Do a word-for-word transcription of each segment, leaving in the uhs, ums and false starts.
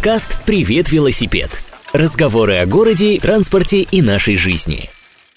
Подкаст «Привет, велосипед». Разговоры о городе, транспорте и нашей жизни.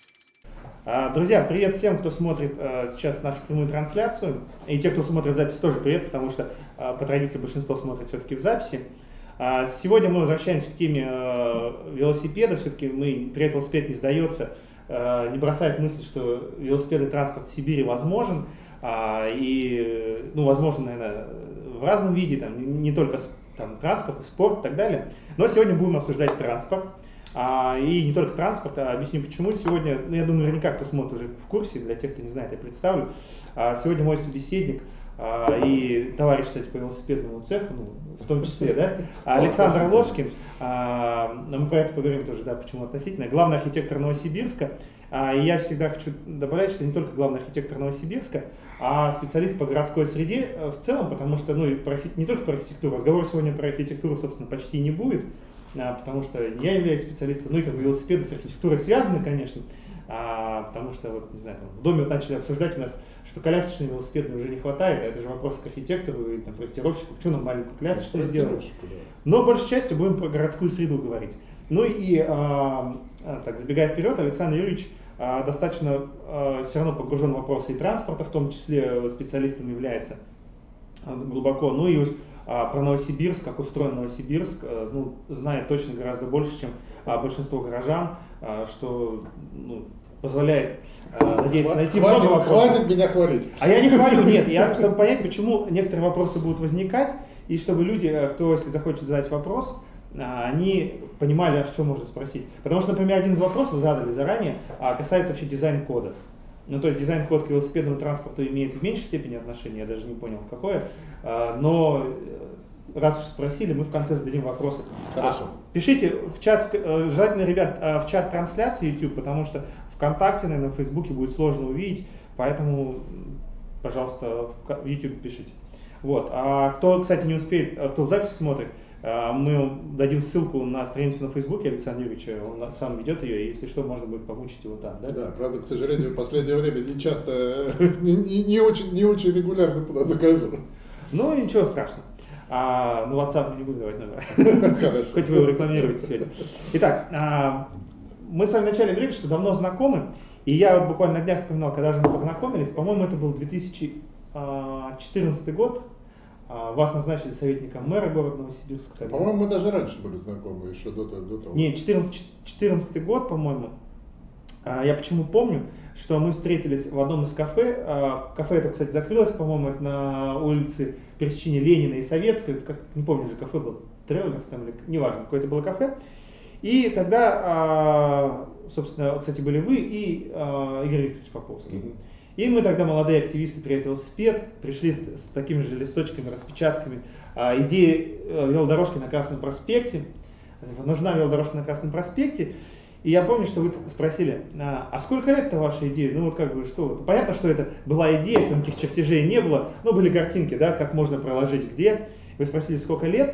Друзья, привет всем, кто смотрит э, сейчас нашу прямую трансляцию. И те, кто смотрит запись, тоже привет, потому что э, по традиции большинство смотрит все-таки в записи. А сегодня мы возвращаемся к теме э, велосипеда. Все-таки мы, «Привет, велосипед» не сдается, э, не бросает мысль, что велосипедный транспорт в Сибири возможен. А, и, ну, возможно, наверное, в разном виде, там, не только там, транспорт, спорт и так далее. Но сегодня будем обсуждать транспорт. А, и не только транспорт, а объясню почему. Сегодня, ну, я думаю, наверняка кто смотрит уже в курсе, для тех, кто не знает, я представлю. А, сегодня мой собеседник а, и товарищ, кстати, по велосипедному цеху, ну, в том числе, да, Александр Ложкин. А, мы про это поговорим тоже, да, почему относительно. Главный архитектор Новосибирска. А, и я всегда хочу добавлять, что не только главный архитектор Новосибирска, а специалист по городской среде в целом, потому что, ну, про, не только про архитектуру, разговор сегодня про архитектуру, собственно, почти не будет, а, потому что я являюсь специалистом, ну и как бы велосипеды с архитектурой связаны, конечно, а, потому что, вот, не знаю, там, в доме вот начали обсуждать у нас, что колясочной велосипедной уже не хватает, а это же вопрос к архитектору и там, проектировщику, что нам маленькую колясочную сделать. Но большей частью будем про городскую среду говорить. Ну и, а, так, забегая вперед, Александр Юрьевич а, достаточно а, все равно погружен в вопросы и транспорта, в том числе специалистом является а, глубоко. Ну и уж а, про Новосибирск, как устроен Новосибирск, а, ну, знает точно гораздо больше, чем а, большинство горожан, а, что ну, позволяет а, надеяться найти хватит, много вопросов. Хватит меня хвалить. А я не хвалю, нет, я, чтобы понять, почему некоторые вопросы будут возникать, и чтобы люди, кто, если захочет задать вопрос, они понимали, о чем можно спросить. Потому что, например, один из вопросов задали заранее, касается вообще дизайн-кода. Ну, то есть дизайн-код к велосипедному транспорту имеет в меньшей степени отношения, я даже не понял, какое. Но раз уж спросили, мы в конце зададим вопросы. Хорошо. Пишите в чат, желательно, ребят, в чат трансляции YouTube, потому что ВКонтакте, наверное, в Фейсбуке будет сложно увидеть, поэтому, пожалуйста, в YouTube пишите. Вот. А кто, кстати, не успеет, кто запись смотрит, мы дадим ссылку на страницу на Фейсбуке Александра Юрьевича, он сам ведет ее, и если что, можно будет помучить его там, да? Да, правда, к сожалению, в последнее время не часто, не, не, не, очень, не очень регулярно туда захожу. Ну, ничего страшного. А, ну, WhatsApp не буду давать номер. Хорошо. Хоть вы его рекламируете сегодня. Итак, а, мы с вами вначале говорили, что давно знакомы, и я вот буквально на днях вспоминал, когда же мы познакомились, по-моему, это был две тысячи четырнадцатый год. Вас назначили советником мэра города Новосибирска. По-моему, мы даже раньше были знакомы, еще до, до того. Нет, четырнадцатый год, по-моему. Я почему помню, что мы встретились в одном из кафе. Кафе это, кстати, закрылось, по-моему, это на улице пересечения Ленина и Советской. Это, как, не помню же, кафе был, Тревелерс там или неважно, какое-то было кафе. И тогда, собственно, кстати, были вы и Игорь Викторович Поповский. Mm-hmm. И мы тогда, молодые активисты «Привет, велосипед», пришли с, с такими же листочками, распечатками а, идеи велодорожки на Красном проспекте. Нужна велодорожка на Красном проспекте. И я помню, что вы спросили, а, а сколько лет-то ваша идея? Ну вот как бы что? Понятно, что это была идея, что никаких чертежей не было, но были картинки, да, как можно проложить где. Вы спросили, сколько лет?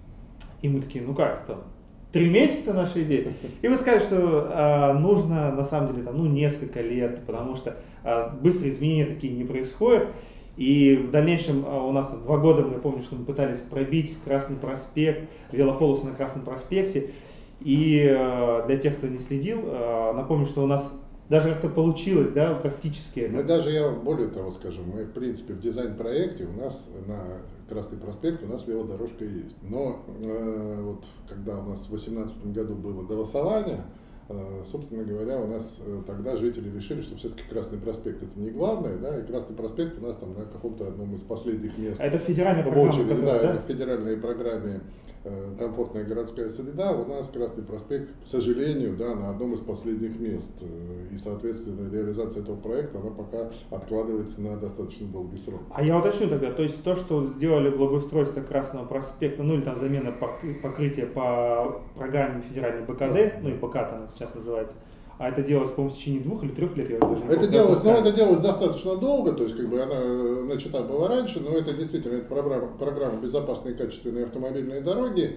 И мы такие, ну как там? Три месяца нашей идеи. И вы сказали, что а, нужно на самом деле там, ну, несколько лет, потому что а, быстрые изменения такие не происходят. И в дальнейшем а, у нас там, два года, я помню, что мы пытались пробить Красный проспект, велополосу на Красном проспекте. И а, для тех, кто не следил, а, напомню, что у нас даже как-то получилось, да, практически. Мы даже, я более того скажу, мы в принципе в дизайн-проекте у нас на Красный проспект у нас велодорожка есть. Но э, вот когда у нас в две тысячи восемнадцатом году было голосование, э, собственно говоря, у нас э, тогда жители решили, что все-таки Красный проспект это не главное, да, и Красный проспект у нас там на каком-то одном из последних мест. А это федеральная программа, очереди, которая, да, да, это в федеральной программе «Комфортная городская среда». У нас Красный проспект, к сожалению, да, на одном из последних мест. И, соответственно, реализация этого проекта, она пока откладывается на достаточно долгий срок. А я уточню тогда, то есть то, что сделали благоустройство Красного проспекта, ну или там замена покрытия по программе федеральной БКД, да, ну и БКАТ она сейчас называется, а это делалось, по-моему, в течение двух или трех лет, я даже не помню. Это делалось, но это делалось достаточно долго, то есть как бы она начата была раньше, но это действительно это программа, программа «Безопасные и качественные автомобильные дороги».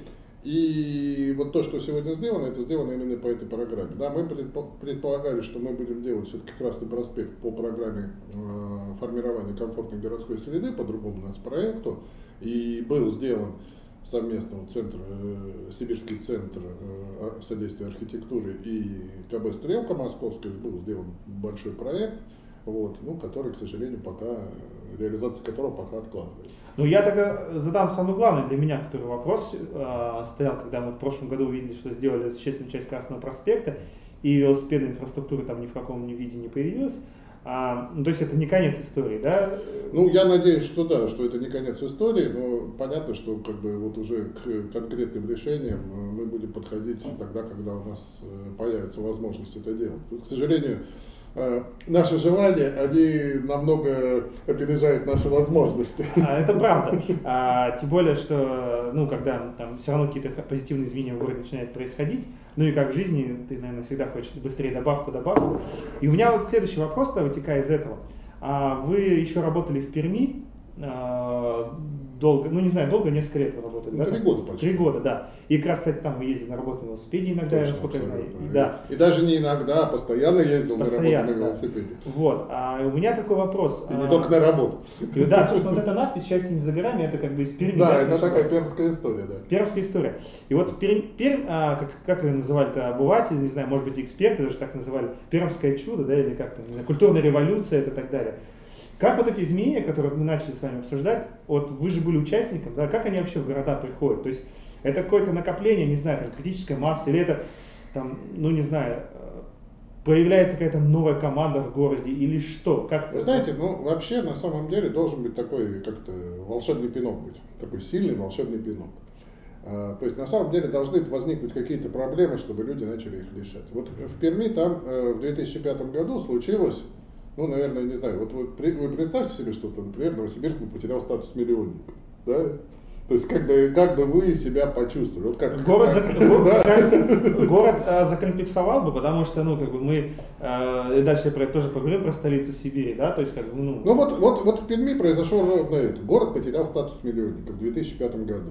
И вот то, что сегодня сделано, это сделано именно по этой программе. Да, мы предполагали, что мы будем делать все-таки Красный проспект по программе э, формирования комфортной городской среды, по другому у нас проекту, и был сделан совместно вот центр, э, Сибирский центр э, содействия архитектуре и КБ «Стрелка» московская, был сделан большой проект, вот, ну, который, к сожалению, пока, реализация которого пока откладывается. Ну, я тогда задам самый главный для меня, который вопрос э, стоял, когда мы в прошлом году увидели, что сделали существенную часть Красного проспекта, и велосипедная инфраструктура там ни в каком виде не появилась. А, ну, то есть это не конец истории, да? Ну, я надеюсь, что да, что это не конец истории, но понятно, что как бы вот уже к конкретным решениям мы будем подходить тогда, когда у нас появится возможность это делать. К сожалению, наши желания, они намного опережают наши возможности. А, это правда. А, тем более, что, ну, когда там все равно какие-то позитивные изменения в городе начинают происходить, ну и как в жизни, ты, наверное, всегда хочешь быстрее добавку, добавку. И у меня вот следующий вопрос, вытекая из этого. А, вы еще работали в Перми, а, долго, ну не знаю, долго, несколько лет вы работали, ну, да? Три года почти. Три года, да. И как раз, кстати, там вы ездили на работу на велосипеде иногда, Точно, насколько я знаю. абсолютно. И, да. И даже не иногда, а постоянно ездил Постоянно, на работу на да. велосипеде. Вот. А у меня такой вопрос. И а, не только на работу. И, да, собственно, вот эта надпись «Счастье не за горами», это как бы из Перми. Да, да, это началась? такая пермская история, да. Пермская история. И вот Пермь, Пермь а, как, как ее называли-то, обыватели, не знаю, может быть, эксперты даже так называли, пермское чудо, да, или как-то, не знаю, культурная революция и так далее. Как вот эти изменения, которые мы начали с вами обсуждать, вот вы же были участником, да, как они вообще в города приходят? То есть это какое-то накопление, не знаю, там, критическая масса, или это, там, ну не знаю, появляется какая-то новая команда в городе, или что? Как Вы знаете, ну вообще на самом деле должен быть такой как-то волшебный пинок быть, такой сильный волшебный пинок. А, то есть на самом деле должны возникнуть какие-то проблемы, чтобы люди начали их решать. Вот в Перми там э, в две тысячи пятом году случилось, ну, наверное, не знаю, вот, вот вы представьте себе, что, например, Новосибирск потерял статус миллионника, да? То есть как бы, как бы вы себя почувствовали? Вот как, город, как, за, город, да. кажется, город а, закомплексовал бы, потому что, ну, как бы мы, а, и дальше я про это тоже поговорим, про столицу Сибири, да, то есть как бы, ну... Ну вот, вот, вот в Перми произошло ровно это. Город потерял статус миллионника в две тысячи пятом году.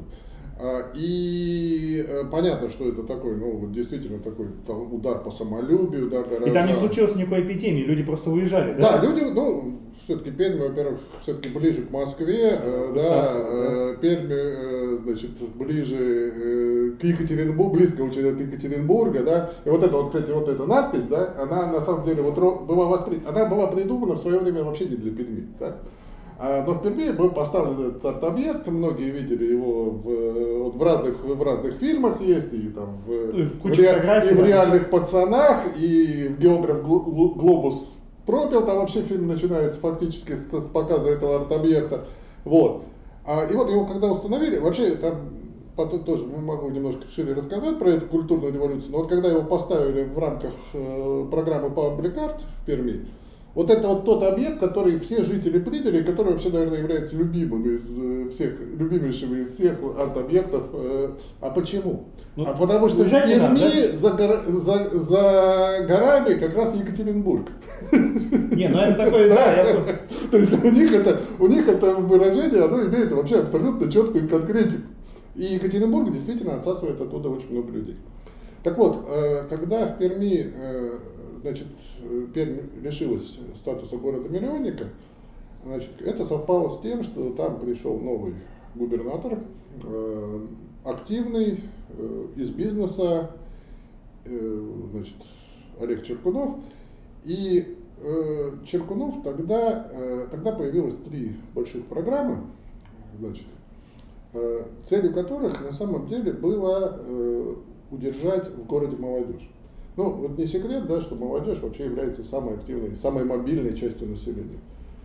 И понятно, что это такой, ну, вот действительно такой там, удар по самолюбию, да, горожан. И там не случилось никакой эпидемии, люди просто уезжали, да? Да, люди, ну, все-таки Пермь, во-первых, все-таки ближе к Москве, э, да, да. Пермь, э, значит, ближе э, к Екатеринбургу, близко очень от Екатеринбурга, да, и вот эта вот, кстати, вот эта надпись, да, она на самом деле вот была воспринята, она была придумана в свое время вообще не для Перми, да. Но в Перми был поставлен этот арт-объект, многие видели его в, вот в, разных, в разных фильмах, есть и там в, в, ре, и в реальных пацанах, и в географ Глобус пропил, там вообще фильм начинается фактически с, с показа этого арт-объекта. Вот. А, и вот его когда установили, вообще там потом тоже могу немножко шире рассказать про эту культурную революцию, но вот когда его поставили в рамках э, программы Public Art в Перми, вот это вот тот объект, который все жители приняли, который вообще, наверное, является любимым из всех, любимейшим из всех арт-объектов. А почему? Ну, а потому что в Перми нам, да? за, гора, за, за горами как раз Екатеринбург. Не, ну это такое, да, я понял. То есть у них это, у них это выражение, оно имеет вообще абсолютно четкую конкретику. И Екатеринбург действительно отсасывает оттуда очень много людей. Так вот, когда в Перми, значит, Пермь лишилась статуса города-миллионника, значит, это совпало с тем, что там пришел новый губернатор, э, активный, э, из бизнеса, э, значит, Олег Черкунов. И э, Черкунов тогда, э, тогда появилось три больших программы, значит, э, целью которых на самом деле было э, удержать в городе молодежь. Ну, вот не секрет, да, что молодежь вообще является самой активной, самой мобильной частью населения.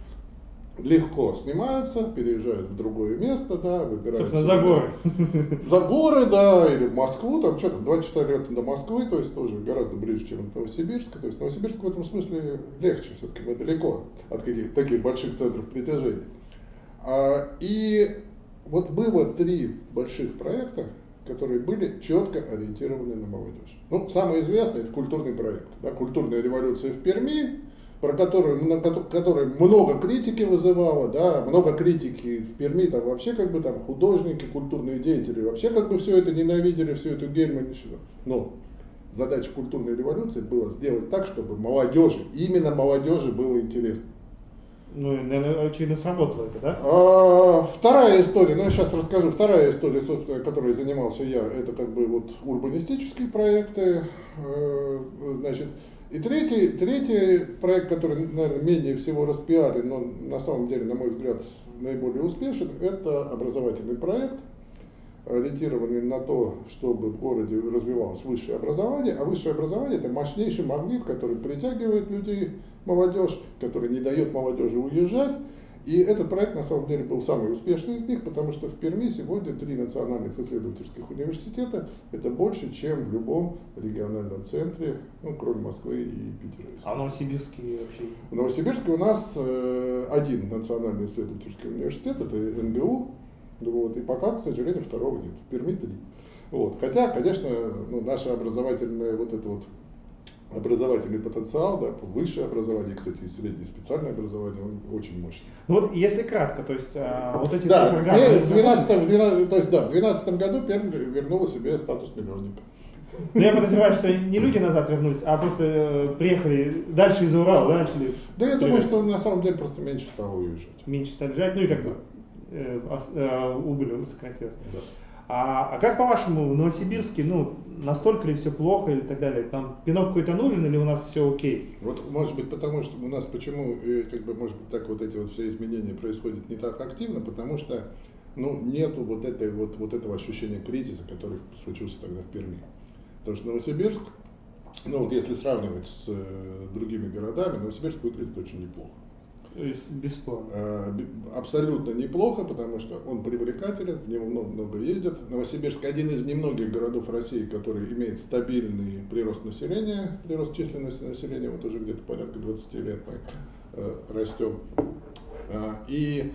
Легко снимаются, переезжают в другое место, да, выбирают... Собственно, за горы. За горы, да, или в Москву, там что-то, два часа лета до Москвы, то есть тоже гораздо ближе, чем от Новосибирска. То есть Новосибирск в этом смысле легче, все-таки мы далеко от каких-то таких больших центров притяжения. А, и вот было три больших проекта, которые были четко ориентированы на молодежь. Ну, самый известный — это культурный проект, да, культурная революция в Перми, про которую, на которой много критики вызывало, да, много критики в Перми, там вообще как бы там художники, культурные деятели, вообще как бы все это ненавидели, всю эту гельму, ничего. Но задача культурной революции была сделать так, чтобы молодежи, именно молодежи было интересно. Ну, наверное, очевидно, сработало это, да? А, вторая история, ну я сейчас расскажу, вторая история, собственно, которой занимался я, это как бы вот урбанистические проекты, э, значит, и третий, третий проект, который, наверное, менее всего распиарен, но на самом деле, на мой взгляд, наиболее успешен, это образовательный проект, ориентированный на то, чтобы в городе развивалось высшее образование, а высшее образование – это мощнейший магнит, который притягивает людей, молодежь, который не дает молодежи уезжать. И этот проект на самом деле был самый успешный из них, потому что в Перми сегодня три национальных исследовательских университета – это больше, чем в любом региональном центре, ну, кроме Москвы и Питера. А в Новосибирске вообще? В Новосибирске у нас э, один национальный исследовательский университет, это эн гэ у. Вот, и пока, к сожалению, второго нет. В Перми три. Вот. Хотя, конечно, ну, наше образовательное, вот это вот образовательный потенциал, да, высшее образование, кстати, и среднее специальное образование, он очень мощный. Ну вот, если кратко, то есть а, вот эти да, программы... В двенадцатом, то есть, да, в двенадцатом году Пермь вернула себе статус миллионника. Ну, я подозреваю, что не люди назад вернулись, а просто э, приехали дальше из Урала, да, начали... Да, я думаю, что на самом деле просто меньше стало уезжать. Меньше стали жать, ну и как бы... Да. Убыль сократилась. Да. А, а как по-вашему в Новосибирске, ну, настолько ли все плохо или так далее? Там пинок какой-то нужен или у нас все окей? Вот может быть потому, что у нас почему, как бы, может быть, так вот эти вот все изменения происходят не так активно, потому что, ну, нету вот этой вот, вот этого ощущения кризиса, который случился тогда в Перми. Потому что Новосибирск, ну вот если сравнивать с э, другими городами, Новосибирск выглядит очень неплохо. То есть бесспорно. Абсолютно неплохо, потому что он привлекателен, в него много, много ездят. Новосибирск один из немногих городов России, который имеет стабильный прирост населения, прирост численности населения, вот уже где-то порядка двадцати лет мы э, растем. И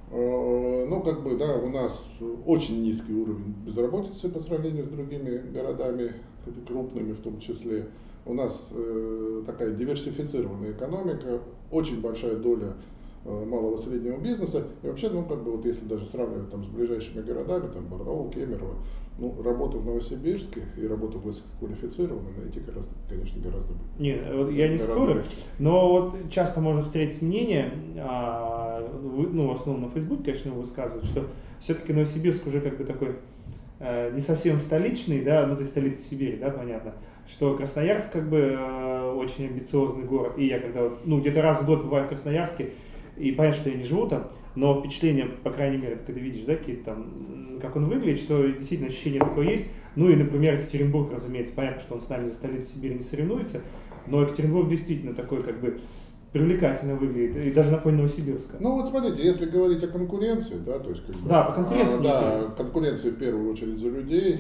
ну, как бы, да, у нас очень низкий уровень безработицы по сравнению с другими городами, крупными в том числе. У нас э, такая диверсифицированная экономика, очень большая доля э, малого и среднего бизнеса. И вообще, ну, как бы, вот если даже сравнивать там с ближайшими городами, там Барнаул, Кемерово, ну, работа в Новосибирске и работа высококвалифицированной найти, гораздо, конечно, гораздо больше. Нет, вот я не спорю, но вот часто можно встретить мнение, а, ну, в основном на Фейсбуке, конечно, его высказывают, что все-таки Новосибирск уже как бы такой э, не совсем столичный, да, ну, то есть столица Сибири, да, понятно, что Красноярск как бы э, очень амбициозный город, и я когда, ну, где-то раз в год бываю в Красноярске, и понятно, что я не живу там, но впечатление, по крайней мере, когда видишь, да, какие-то там, как он выглядит, что действительно ощущение такое есть. Ну и, например, Екатеринбург, разумеется, понятно, что он с нами за столицу Сибири не соревнуется, но Екатеринбург действительно такой, как бы, привлекательно выглядит, и даже на фоне Новосибирска. Ну вот смотрите, если говорить о конкуренции, да, то есть как бы, да, по конкуренции, а, да, конкуренция в первую очередь за людей.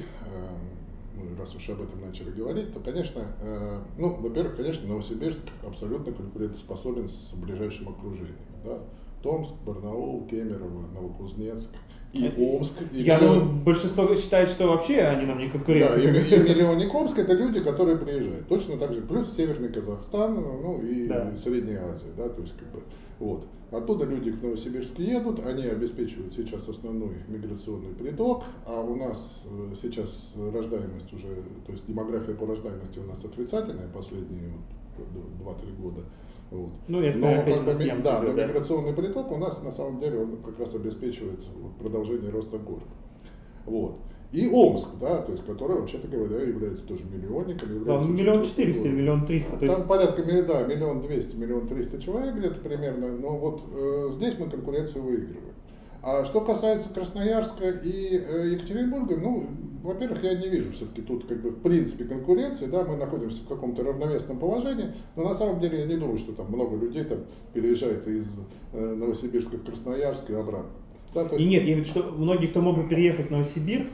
Ну, раз уж об этом начали говорить, то, конечно, э, ну, во-первых, конечно, Новосибирск абсолютно конкурентоспособен с ближайшим окружением. Да? Томск, Барнаул, Кемерово, Новокузнецк и Омск. И Я миллион... думаю, большинство считает, что вообще они нам не конкуренты. Да, и, и миллионник Омск — это люди, которые приезжают. Точно так же, плюс Северный Казахстан, ну и да. Средняя Азия, да, то есть как бы, вот. Оттуда люди в Новосибирск едут, они обеспечивают сейчас основной миграционный приток, а у нас сейчас рождаемость уже, то есть демография по рождаемости у нас отрицательная последние вот, два-три года. Вот. Ну, это но, опять как бы, да, уже, но да. миграционный приток у нас на самом деле он как раз обеспечивает продолжение роста города. Вот. И Омск, да, то есть, который, вообще-то говоря, является тоже миллионником. Да, миллион четыреста или миллион триста. Там есть... порядка, да, миллион двести, миллион триста человек где-то примерно, но вот э, здесь мы конкуренцию выигрываем. А что касается Красноярска и э, Екатеринбурга, ну, во-первых, я не вижу все-таки тут, как бы, в принципе, конкуренции, да, мы находимся в каком-то равновесном положении, но на самом деле я не думаю, что там много людей там переезжает из э, Новосибирска в Красноярск и обратно. Да, то есть... И нет, я вижу, что многие, кто мог бы переехать в Новосибирск,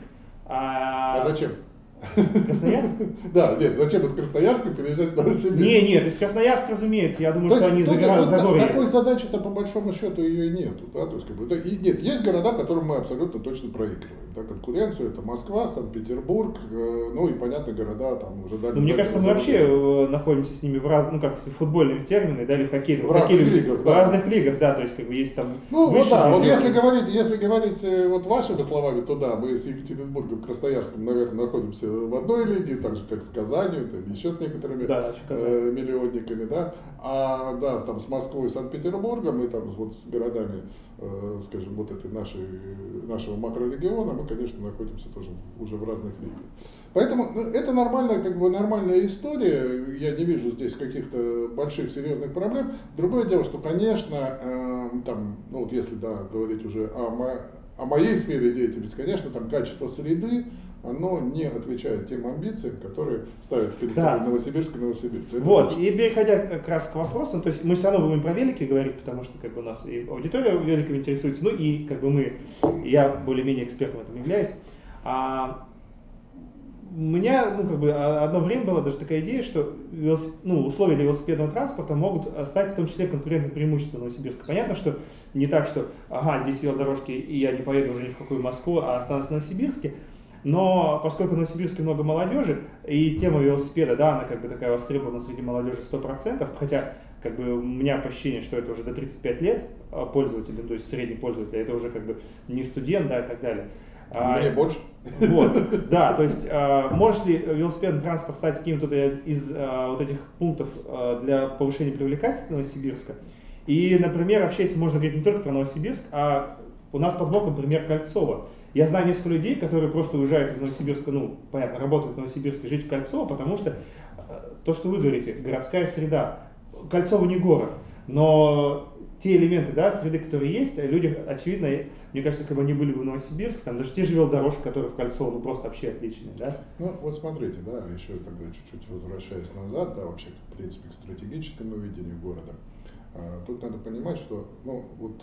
А, а зачем? Красноярск? Да, нет, зачем из Красноярска переезжать в Новосибирск? Не, нет, из Красноярска, разумеется, я думаю, что они за горы. Такой задачи-то по большому счету ее и нету, да, то есть, как бы, и нет, есть города, которым мы абсолютно точно проигрываем, да, конкуренцию, это Москва, Санкт-Петербург, э, ну и, понятно, города там уже дальше. Ну, мне кажется, мы вообще находимся с ними в разных, ну как футбольными терминами, да, или в хоккейных, в хоккей, лигах, в да. разных лигах, да, то есть как бы есть там. Ну вот да, вот если говорить, если говорить вот вашими словами, то да, мы с Екатеринбургом, Красноярском, наверное, находимся в одной лиге, так же как с Казанью, там, еще с некоторыми да, э, миллионниками, да, а да, там с Москвой и Санкт-Петербургом и там вот с городами, э, скажем, вот этой нашей, нашего макрорегиона, мы, конечно, находимся тоже уже в разных лигах. Поэтому ну, это нормальная, как бы, нормальная история, я не вижу здесь каких-то больших серьезных проблем. Другое дело, что, конечно, э, там, ну вот если да, говорить уже о, мо о моей сфере деятельности, конечно, там качество среды, оно не отвечает тем амбициям, которые ставят перед собой да. Новосибирск и Новосибирск. Вот, точно. И переходя как раз к вопросам, то есть мы все равно будем про велики говорить, потому что как бы у нас и аудитория великами интересуется, ну и как бы мы, я более-менее экспертом в этом являюсь. А, у меня, ну, как бы, одно время была даже такая идея, что велосип... ну, условия для велосипедного транспорта могут стать в том числе конкурентным преимуществом Новосибирска. Понятно, что не так, что ага, здесь велодорожки, и я не поеду уже ни в какую Москву, а останусь в Новосибирске. Но поскольку в Новосибирске много молодежи, и тема велосипеда, да, она как бы такая востребована среди молодежи сто процентов, хотя как бы у меня ощущение, что это уже до тридцати пяти лет пользователь, то есть средний пользователь, это уже как бы не студент, да, и так далее. Мне а, больше. Вот, да, то есть а, может ли велосипедный транспорт стать каким-то из а, вот этих пунктов а, для повышения привлекательности Новосибирска? И, например, вообще, если можно говорить не только про Новосибирск, а у нас под боком пример Кольцова. Я знаю несколько людей, которые просто уезжают из Новосибирска, ну, понятно, работают в Новосибирске, жить в Кольцово, потому что то, что вы говорите, городская среда. Кольцово не город, но те элементы, да, среды, которые есть, люди, очевидно, мне кажется, если бы они были бы в Новосибирске, там даже те же велодорожки, которые в Кольцово, ну просто вообще отличные, да? Ну вот смотрите, да, еще тогда чуть-чуть возвращаясь назад, да, вообще, в принципе, к стратегическому видению города. Тут надо понимать, что ну, вот,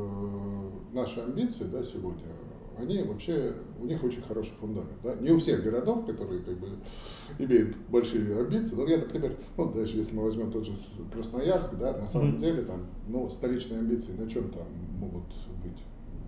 э, наши амбиции да, сегодня, они вообще, у них очень хороший фундамент. Да? Не у всех городов, которые как бы, имеют большие амбиции. Вот я, например, ну, даже если мы возьмем тот же Красноярск, да, на самом mm-hmm. деле там, ну, столичные амбиции на чем там могут быть?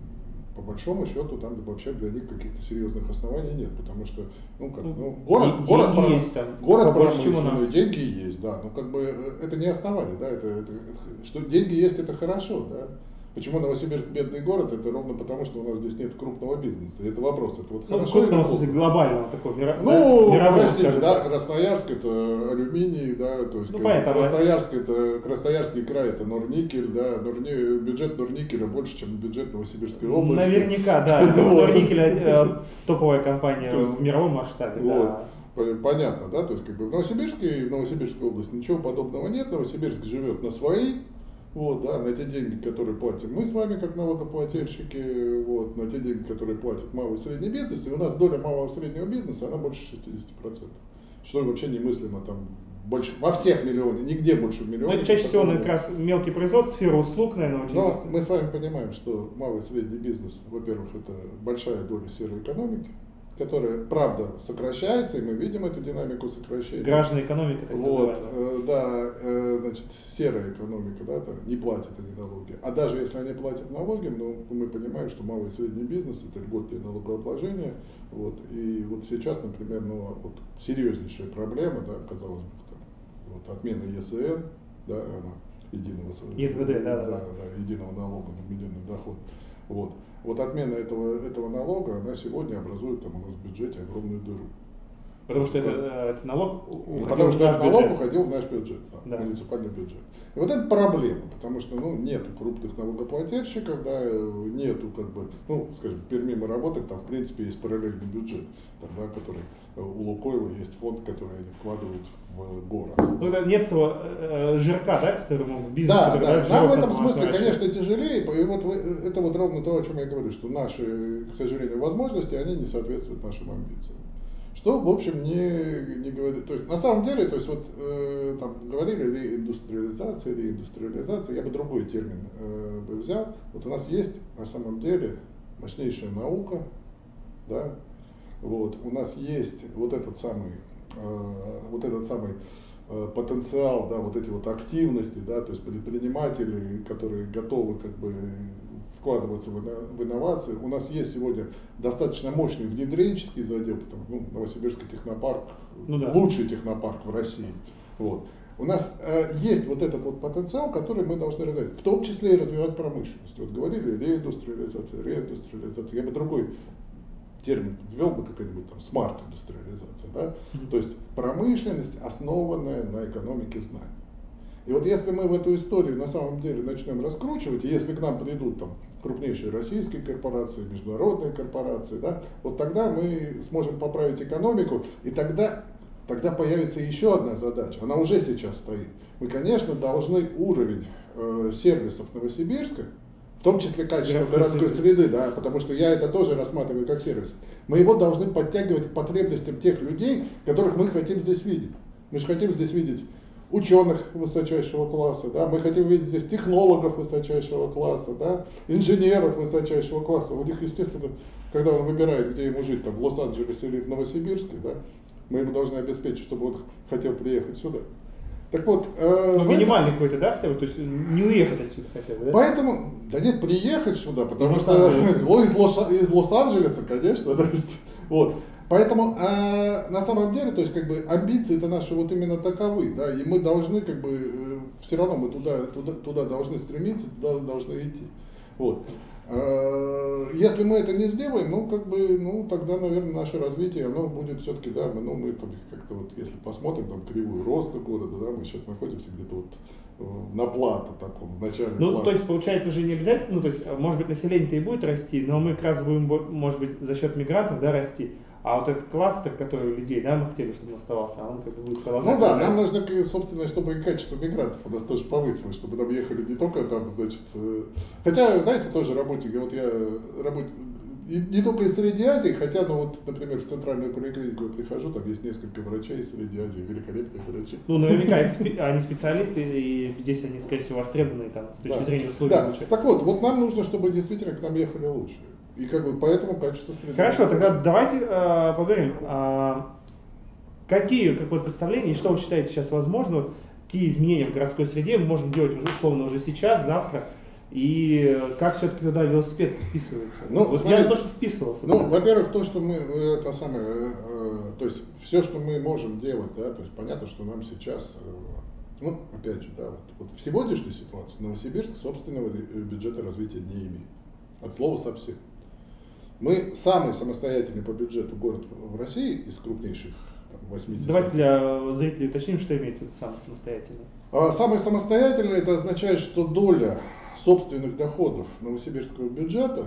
По большому счету там вообще для них каких-то серьезных оснований нет, потому что ну как ну город деньги город есть там, город промышленный, деньги есть, да, ну как бы это не основание, да, это, это что деньги есть, это хорошо, да. Почему Новосибирск бедный город? Это ровно потому, что у нас здесь нет крупного бизнеса. Это вопрос. Это вот ну, хорошо. Крупного, в смысле, глобального такого мира, ну, да, мирового, простите, да, так. Красноярск это алюминий, да, то есть ну, понятно, Красноярск это Красноярский край, это Норникель, да, Норни, бюджет Норникеля больше, чем бюджет Новосибирской области. Наверняка, да. Норникель топовая компания в мировом масштабе. Понятно, да, то есть как бы в Новосибирске и в Новосибирской области ничего подобного нет. Новосибирск живет на свои. Вот, да, на те деньги, которые платим мы с вами, как налогоплательщики, вот, на те деньги, которые платит малый и средний бизнес, и у нас доля малого и среднего бизнеса, она больше шестидесяти процентов. Что вообще немыслимо там больше, во всех миллионах, нигде больше миллионов. Ну, чаще всего, как раз мелкий производство, сфера услуг, наверное, очень Но мы с вами понимаем, что малый и средний бизнес, во-первых, это большая доля серой экономики, которая, правда, сокращается, и мы видим эту динамику сокращения. Гражданная экономика, так вот, э, да, э, значит, серая экономика, да, там, не платят они налоги. А даже если они платят налоги, ну, мы понимаем, что малый и средний бизнес – это льготное налогообложение. Вот, и вот сейчас, например, ну, вот, серьезнейшая проблема, да, казалось бы, там, вот, отмена ЕСН, да, она, единого, ЕДВД, да, да, да, да, единого налога на медийный доход. Вот. Вот отмена этого, этого налога, она сегодня образует там, у нас в бюджете огромную дыру. Потому что это, этот налог уходил Потому что этот налог бюджет. уходил в наш бюджет, да, да. в муниципальный бюджет. И вот это проблема, потому что ну, нету крупных налогоплательщиков, да, нету, как бы, ну, скажем, в Перми мы работаем, там в принципе есть параллельный бюджет, там, да, который у Лукойла есть фонд, который они вкладывают в город. Ну, это нет того э, жирка, да, который могут бизнес. Да, который, да, да, нам в этом смысле, конечно, тяжелее, и вот это вот ровно то, о чем я говорю, что наши, к сожалению, возможности, они не соответствуют нашим амбициям. Что, в общем, не, не говорит, то есть, на самом деле, то есть, вот, э, там, говорили реиндустриализация, реиндустриализация, я бы другой термин э, бы взял. Вот у нас есть, на самом деле, мощнейшая наука, да, вот, у нас есть вот этот самый, э, вот этот самый э, потенциал, да, вот эти вот активности, да, то есть предприниматели, которые готовы, как бы, вкладываться в инновации. У нас есть сегодня достаточно мощный внедренческий задел, потому, ну, Новосибирский технопарк, ну, да. лучший технопарк в России. Вот. У нас э, есть вот этот вот потенциал, который мы должны развивать, в том числе и развивать промышленность. Вот говорили реиндустриализация, реиндустриализация, я бы другой термин ввел бы, какая-нибудь там смарт-индустриализация, да? Mm-hmm. То есть промышленность, основанная на экономике знаний. И вот если мы в эту историю на самом деле начнем раскручивать, и если к нам придут там крупнейшие российские корпорации, международные корпорации, да, вот тогда мы сможем поправить экономику, и тогда, тогда появится еще одна задача, она уже сейчас стоит. Мы, конечно, должны уровень э, сервисов Новосибирска, в том числе качество городской среды, да, потому что я это тоже рассматриваю как сервис, мы его должны подтягивать к потребностям тех людей, которых мы хотим здесь видеть. Мы же хотим здесь видеть ученых высочайшего класса, да, мы хотим видеть здесь технологов высочайшего класса, да, инженеров высочайшего класса. У них, естественно, когда он выбирает, где ему жить, там, в Лос-Анджелесе или в Новосибирске, да, мы ему должны обеспечить, чтобы он хотел приехать сюда. Так вот, э, ну, минимальный этом... какой-то, да, хотя бы, то есть не уехать отсюда хотя бы, да? Поэтому, да нет, приехать сюда, потому из что из, Лос, из Лос-Анджелеса, конечно, то есть, вот. Поэтому э, на самом деле, то есть как бы амбиции-то наши вот именно таковы, да, и мы должны как бы э, все равно мы туда, туда, туда должны стремиться, туда должны идти. Вот. Э, если мы это не сделаем, ну как бы, ну тогда, наверное, наше развитие, оно будет все-таки, да, ну мы как-то вот, если посмотрим там кривую роста города, да, мы сейчас находимся где-то вот на плато таком, в начале Ну, плато. то есть, получается же не обязательно, ну, то есть, может быть, население-то и будет расти, но мы как раз будем, может быть, за счет мигрантов, да, расти. А вот этот кластер, который людей, да, мы хотели, чтобы он оставался, он как бы будет продолжать. Ну да, нам нужно, собственно, чтобы и качество мигрантов у нас тоже повысилось, чтобы нам ехали не только там, значит, хотя, знаете, тоже работники, вот я работ... не только из Средней Азии, хотя, ну вот, например, в центральную поликлинику я прихожу, там есть несколько врачей из Средней Азии, великолепные врачи. Ну, наверняка они специалисты, и здесь они, скорее всего, востребованы там, с точки да. зрения условий да. лучше. Так вот, вот нам нужно, чтобы действительно к нам ехали лучше. И как бы поэтому качество среды. Хорошо, тогда давайте э, поговорим, э, какие, какое представление, и что вы считаете сейчас возможно, какие изменения в городской среде мы можем делать уже, условно уже сейчас, завтра, и как все-таки туда велосипед вписывается? Ну, вот смотрите, я то, что вписывался. Ну, во-первых, то, что мы, это самое, э, то есть все, что мы можем делать, да, то есть понятно, что нам сейчас, э, ну, опять же, да, вот, вот в сегодняшней ситуации Новосибирск собственного бюджета развития не имеет, от слова совсем. Мы самый самостоятельный по бюджету город в России из крупнейших там, восьмидесяти. Давайте для зрителей уточним, что имеется в виду самый самостоятельный. А самый самостоятельный это означает, что доля собственных доходов новосибирского бюджета,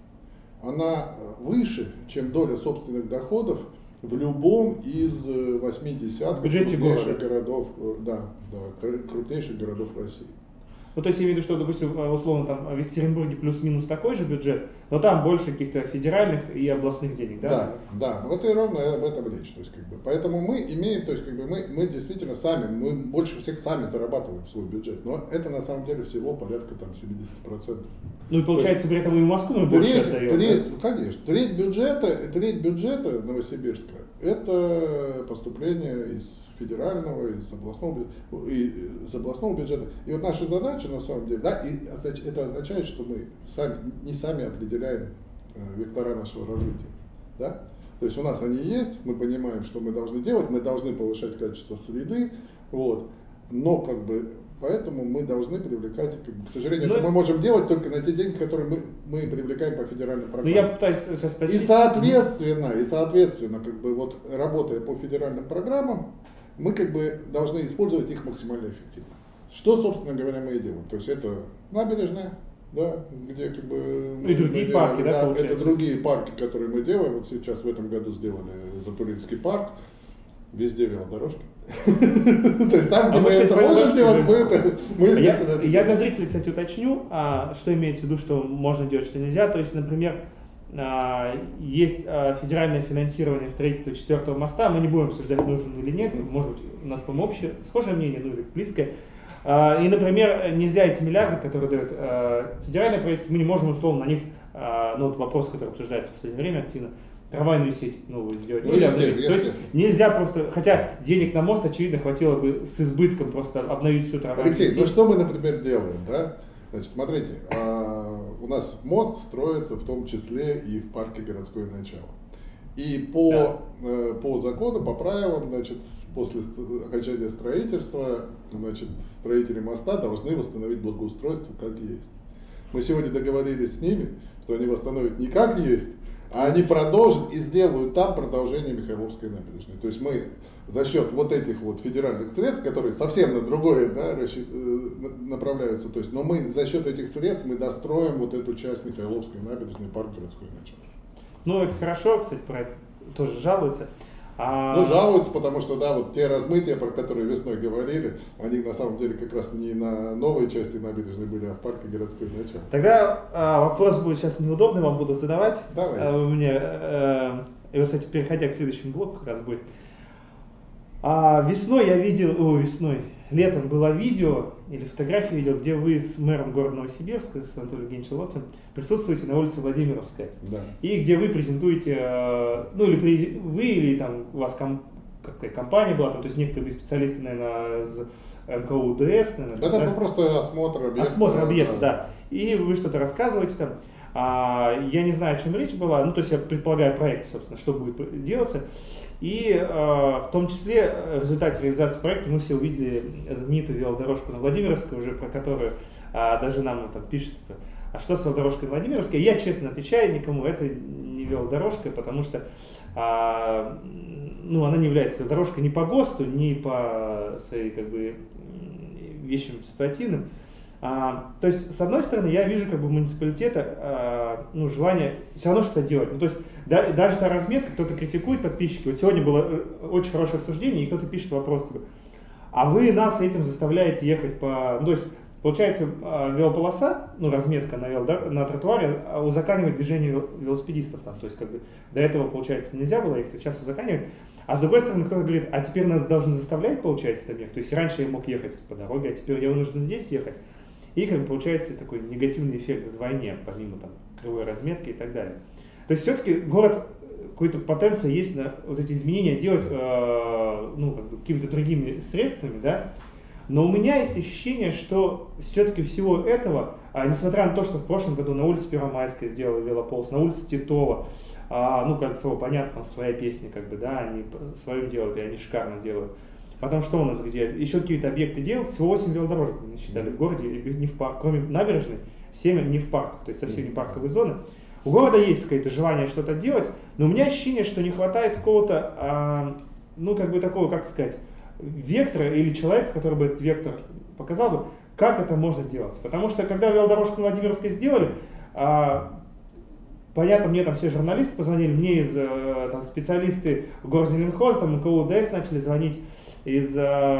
она выше, чем доля собственных доходов в любом из восьми десятков крупнейших городов, да, да, крупнейших городов России. Ну, то есть я имею в виду, что, допустим, условно, там в Екатеринбурге плюс-минус такой же бюджет, но там больше каких-то федеральных и областных денег, да? Да, да, вот и ровно об этом речь. То есть, как бы, поэтому мы имеем, то есть, как бы, мы, мы действительно сами, мы больше всех сами зарабатываем свой бюджет, но это на самом деле всего порядка там семьдесят процентов. Ну и получается, при этом и в Москву мы больше треть, отдаем. Треть, да? Конечно, треть бюджета, треть бюджета Новосибирска это поступление из федерального, из областного, из областного бюджета. И вот наша задача на самом деле, да, и это означает, что мы сами, не сами определяем э, вектора нашего развития. Да? То есть у нас они есть, мы понимаем, что мы должны делать, мы должны повышать качество среды, вот, но как бы поэтому мы должны привлекать, как бы, к сожалению, но... это мы можем делать только на те деньги, которые мы, мы привлекаем по федеральным программам. Ну, я пытаюсь сейчас и соответственно, и соответственно, как бы вот работая по федеральным программам, мы как бы должны использовать их максимально эффективно. Что, собственно говоря, мы и делаем. То есть это набережная, да, где как бы... И другие делаем, парки, да, да, получается? Это другие парки, которые мы делаем. Вот сейчас в этом году сделали Затулинский парк, везде велодорожки. То есть там, где мы это можем сделать, мы это... Я для зрителей, кстати, уточню, что имеется в виду, что можно делать, что нельзя. То есть, например, есть федеральное финансирование строительства четвертого моста, мы не будем обсуждать, нужен или нет, может быть, у нас, по-моему, общее, схожее мнение, ну или близкое. И, например, нельзя эти миллиарды, которые дает федеральное правительство, мы не можем условно на них, ну вот вопрос, который обсуждается в последнее время активно, трамвайную сеть новую сделать. Ну, или обновить. То есть нельзя просто, хотя денег на мост, очевидно, хватило бы с избытком просто обновить всю трамвайную Алексей, сеть. ну что мы, например, делаем, да? Значит, смотрите, у нас мост строится в том числе и в парке городское начало. И по, да. по закону, по правилам, значит, после окончания строительства, значит, строители моста должны восстановить благоустройство как есть. Мы сегодня договорились с ними, что они восстановят не как есть, а они продолжат и сделают там продолжение Михайловской набережной. То есть мы за счет вот этих вот федеральных средств, которые совсем на другое, да, направляются, то есть, но мы за счет этих средств мы достроим вот эту часть Михайловской набережной, парк городское начало. Ну это хорошо, кстати, про это тоже жалуются. А... Ну, жалуются, потому что, да, вот те размытия, про которые весной говорили, они на самом деле как раз не на новой части набережной были, а в парке городское начало. Тогда а, вопрос будет сейчас неудобный, вам буду задавать. Давайте. А, мне, а, и вот, кстати, переходя к следующему блоку, как раз будет. А, весной я видел, о, весной, летом было видео, или фотографию видел, где вы с мэром города Новосибирска, с Анатолием Евгеньевичем Локтем, присутствуете на улице Владимировская. Да. И где вы презентуете, ну или при, вы, или там у вас ком, какая компания была, там, то есть некоторые специалисты, наверное, из эм ка у дэ эс, наверное. Это да? Просто осмотр объекта. Осмотр объекта, да. да. И вы что-то рассказываете там. А, я не знаю, о чем речь была, ну то есть я предполагаю проект, собственно, что будет делаться. И э, в том числе в результате реализации проекта мы все увидели знаменитую велодорожку на Владимировской, уже про которую э, даже нам там пишут, а что с велодорожкой на Владимировской? Я честно отвечаю никому, это не велодорожка, потому что э, ну, она не является велодорожкой ни по ГОСТу, ни по своей как бы вещам ситуативным. А, то есть, с одной стороны, я вижу как бы муниципалитета а, ну, желание все равно что-то делать. Ну, то есть, да, даже та разметка, кто-то критикует подписчики. Вот сегодня было очень хорошее обсуждение, и кто-то пишет вопрос, типа, а вы нас этим заставляете ехать по... Ну, то есть, получается, велополоса, ну, разметка на, вело, да, на тротуаре узаконивает движение велосипедистов. Там. То есть, как бы, до этого, получается, нельзя было ехать, сейчас узаконивает. А с другой стороны, кто-то говорит, а теперь нас должны заставлять, получается, там ехать. То есть, раньше я мог ехать по дороге, а теперь я вынужден здесь ехать. И как бы получается такой негативный эффект вдвойне, помимо там кривой разметки и так далее. То есть все-таки город, какой-то потенция есть на вот эти изменения делать э, ну, как бы, какими-то другими средствами, да. Но у меня есть ощущение, что все-таки всего этого, а, несмотря на то, что в прошлом году на улице Первомайской сделали велополос, на улице Титова, а, ну, Кольцово, понятно, там своя песня, как бы, да, они своим делают, и они шикарно делают. Потом что у нас где? Еще какие-то объекты делают, всего восемь велодорожек мы насчитали в городе, не в парк, кроме набережной, семь не в парках, то есть совсем не парковые зоны. У города есть какое-то желание что-то делать, но у меня ощущение, что не хватает какого-то, а, ну как бы такого, как сказать, вектора или человека, который бы этот вектор показал бы, как это можно делать. Потому что когда велодорожку на Владимировской сделали, а, понятно, мне там все журналисты позвонили, мне из там, специалисты Горзеленхоза, там эм ка у дэ эс начали звонить, из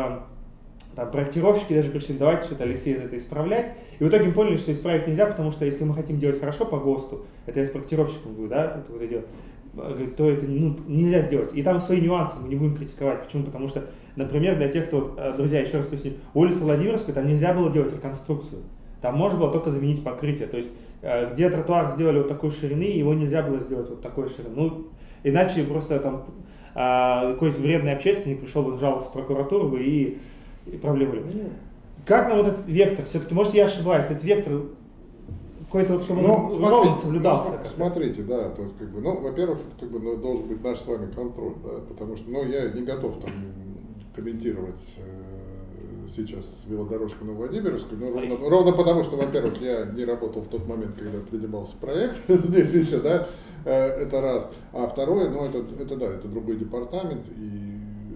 там, проектировщики даже пришли, давайте что-то, Алексей, это исправлять. И в итоге мы поняли, что исправить нельзя, потому что если мы хотим делать хорошо по ГОСТу, это я с проектировщиком говорю, да, это вот идет, то это ну, нельзя сделать. И там свои нюансы, мы не будем критиковать. Почему? Потому что, например, для тех, кто, друзья, еще раз поясню, улица Владимировская, там нельзя было делать реконструкцию. Там можно было только заменить покрытие. То есть, где тротуар сделали вот такой ширины, его нельзя было сделать вот такой ширины. Ну, иначе просто там а, какой-то вредный общественник пришел бы, жаловался в прокуратуру и, и проблемы были. Как нам вот этот вектор? Все-таки, может, я ошибаюсь, этот вектор какой-то, вот, чтобы ну, он ровно соблюдался. Ну, смотрите, да, то есть, как бы, ну, во-первых, как бы, должен быть наш с вами контроль, да, потому что, ну, я не готов там комментировать э, сейчас велодорожку на Владимировскую, ну, ровно, ровно потому, что, во-первых, я не работал в тот момент, когда принимался проект здесь еще, да, э, это раз, а второе, ну, это, это, да, это другой департамент, и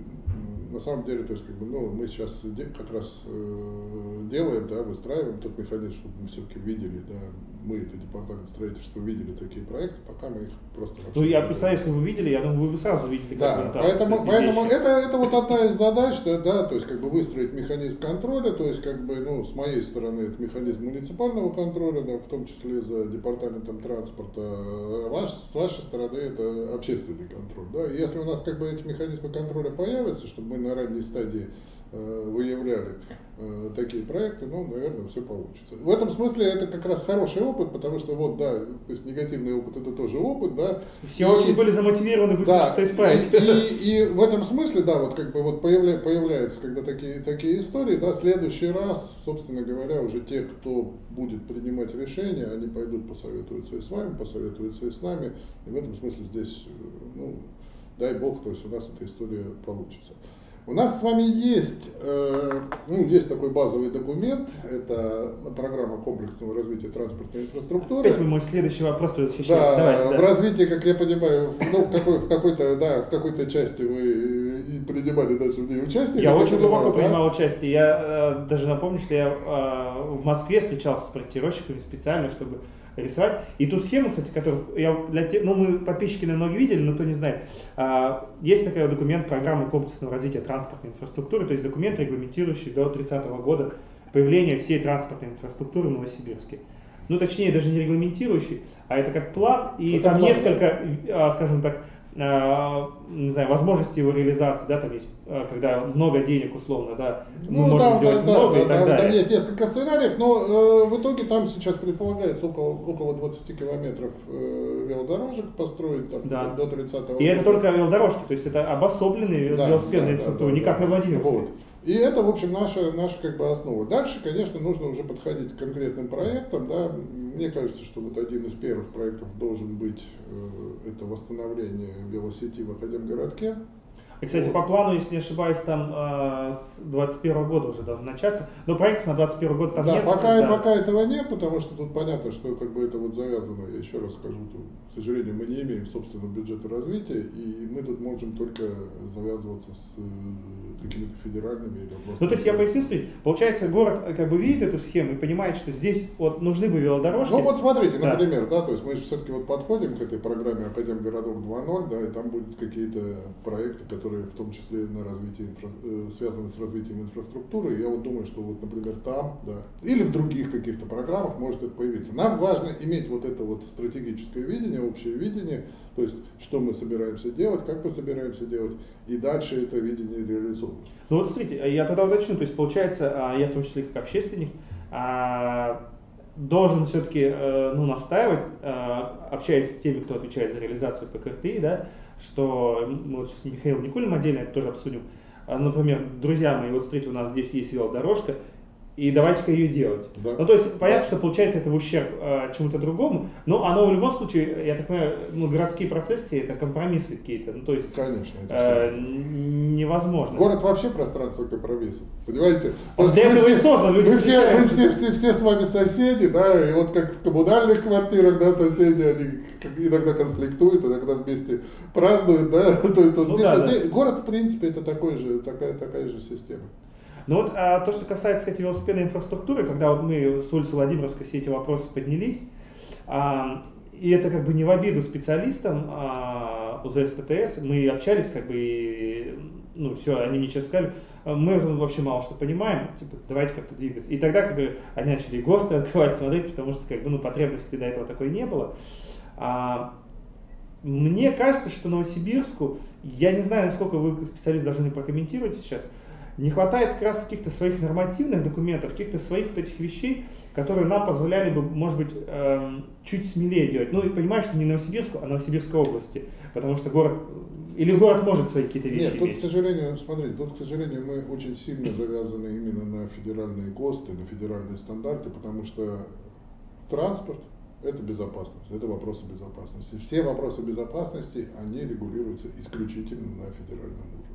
на самом деле, то есть, как бы, ну, мы сейчас как раз э, делаем, да, выстраиваем тот механизм, чтобы мы все-таки видели, да, мы, это департамент строительства, видели такие проекты, пока мы их просто... Ну, я представляю, если вы видели, я думаю, вы сразу видели. Да, поэтому, поэтому это, это вот одна из задач, да, да, то есть, как бы, выстроить механизм контроля, то есть, как бы, ну, с моей стороны, это механизм муниципального контроля, да, в том числе за департаментом транспорта, ваш, с вашей стороны, это общественный контроль, да, и если у нас, как бы, эти механизмы контроля появятся, чтобы мы на ранней стадии выявляли такие проекты, ну, наверное, все получится. В этом смысле это как раз хороший опыт, потому что вот, да, то есть негативный опыт это тоже опыт, да. Все и, очень были замотивированы быстро да, что-то исправить. И, и, и в этом смысле, да, вот как бы вот появля, появляются когда такие, такие истории, да, в следующий раз, собственно говоря, уже те, кто будет принимать решения, они пойдут посоветуются и с вами, посоветуются и с нами, и в этом смысле здесь, ну, дай бог, то есть у нас эта история получится. У нас с вами есть, э, ну, есть такой базовый документ, это программа комплексного развития транспортной инфраструктуры. Опять вы мой следующий вопрос предотвращаете. Да, Давайте, в да. развитии, как я понимаю, ну, в, какой, в, какой-то, да, в какой-то части вы и принимали даже в ней участие. Я очень понимаю, глубоко да? принимал участие. Я э, даже напомню, что я э, в Москве встречался с проектировщиками специально, чтобы рисовать. И ту схему, кстати, которую я для тех, ну мы подписчики, наверное, многие видели, но кто не знает. А, есть такой документ программы комплексного развития транспортной инфраструктуры, то есть документ, регламентирующий до тридцатого года появление всей транспортной инфраструктуры в Новосибирске. Ну, точнее, даже не регламентирующий, а это как план, и это там план, несколько, а, скажем так, а, не знаю, возможностей его реализации, да, там есть, а, когда много денег, условно, да, мы ну, можем там, сделать да, много да, и так там, далее. там есть несколько сценариев, но э, в итоге там сейчас предполагается около, около двадцати километров э, велодорожек построить там, Да. до тридцатого И года. это только велодорожки, то есть это обособленные Да, велосипедные да, инфраструктуры, да, не да, как на да. Владимирской. Вот. И это, в общем, наша, наша как бы основа. Дальше, конечно, нужно уже подходить к конкретным проектам. Да. Мне кажется, что вот один из первых проектов должен быть э, это восстановление велосети в Академгородке. И, кстати, Вот. по плану, если не ошибаюсь, там э, с двадцать первого года уже должен начаться. Но проектов на двадцать первый год там Да, нет. пока, да. пока этого нет, потому что тут понятно, что как бы это вот завязано, я еще раз скажу, то, к сожалению, мы не имеем собственного бюджета развития, и мы тут можем только завязываться с э, какими-то федеральными или областными. Ну, то есть я поясню, смотрите, получается, город как бы видит эту схему и понимает, что здесь вот нужны бы велодорожки. Ну вот смотрите, Да. например, да, то есть мы же все-таки вот подходим к этой программе Академгородок два ноль, да, и там будут какие-то проекты, которые в том числе на развитие инфра... э, связаны с развитием инфраструктуры. И я вот думаю, что вот, например, там, да, или в других каких-то программах может это появиться. Нам важно иметь вот это вот стратегическое видение, общее видение, то есть что мы собираемся делать, как мы собираемся делать, и дальше это видение реализовывать. Ну вот смотрите, я тогда уточню, то есть получается, я в том числе как общественник, должен все-таки ну, настаивать, общаясь с теми, кто отвечает за реализацию по ка эр тэ и, да, что мы вот сейчас с Михаилом Никулиным отдельно это тоже обсудим. Например, друзья мои, вот смотрите, у нас здесь есть велодорожка, и давайте-ка ее делать. Да. Ну, то есть, понятно, что получается это в ущерб э, чему-то другому, но оно в любом случае, я так понимаю, ну, городские процессы это компромиссы какие-то, ну, то есть, Конечно, это э, все. невозможно. Город вообще пространство компромиссов, понимаете? Он для Мы этого и все- создан, люди Мы все, мы встречаются. все, все, все с вами соседи, да, и вот как в коммунальных квартирах, да, соседи, они как иногда конфликтуют, иногда вместе празднуют, да, то, то Ну здесь, да, вот да. здесь город, в принципе, это такой же, такая, такая же система. Ну вот а, то, что касается, кстати, велосипедной инфраструктуры, когда вот мы с улицы Владимировской все эти вопросы поднялись, а, и это как бы не в обиду специалистам а, у зэ эс пэ тэ эс, мы общались, как бы, и, ну все, они мне честно сказали, мы вообще мало что понимаем, типа, давайте как-то двигаться. И тогда как бы они начали ГОСТы открывать, смотреть, потому что как бы, ну, потребности до этого такой не было. А, мне кажется, что Новосибирску, я не знаю, насколько вы как специалист должны прокомментировать сейчас, не хватает как раз каких-то своих нормативных документов, каких-то своих вот этих вещей, которые нам позволяли бы, может быть, эм, чуть смелее делать. Ну и понимаешь, что не Новосибирску, а Новосибирской области, потому что город, или город может свои какие-то вещи Нет, тут, иметь. к сожалению, смотрите, тут, к сожалению, мы очень сильно завязаны именно на федеральные ГОСТы, на федеральные стандарты, потому что транспорт – это безопасность, это вопросы безопасности. Все вопросы безопасности, они регулируются исключительно на федеральном уровне.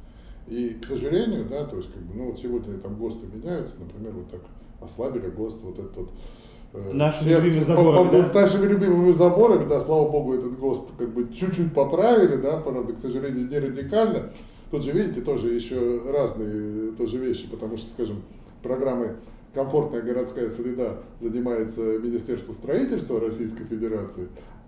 И, к сожалению, да, то есть, как бы, ну вот сегодня там ГОСТы меняются, например, вот так ослабили ГОСТ, вот этот вот. Э, Нашими все- любимыми по- заборами, по- да? Нашими любимыми заборами, да, слава богу, этот ГОСТ как бы чуть-чуть поправили, да, правда, к сожалению, не радикально. Тут же, видите, тоже еще разные тоже вещи, потому что, скажем, программой «Комфортная городская среда» занимается Министерство строительства Российской Федерации,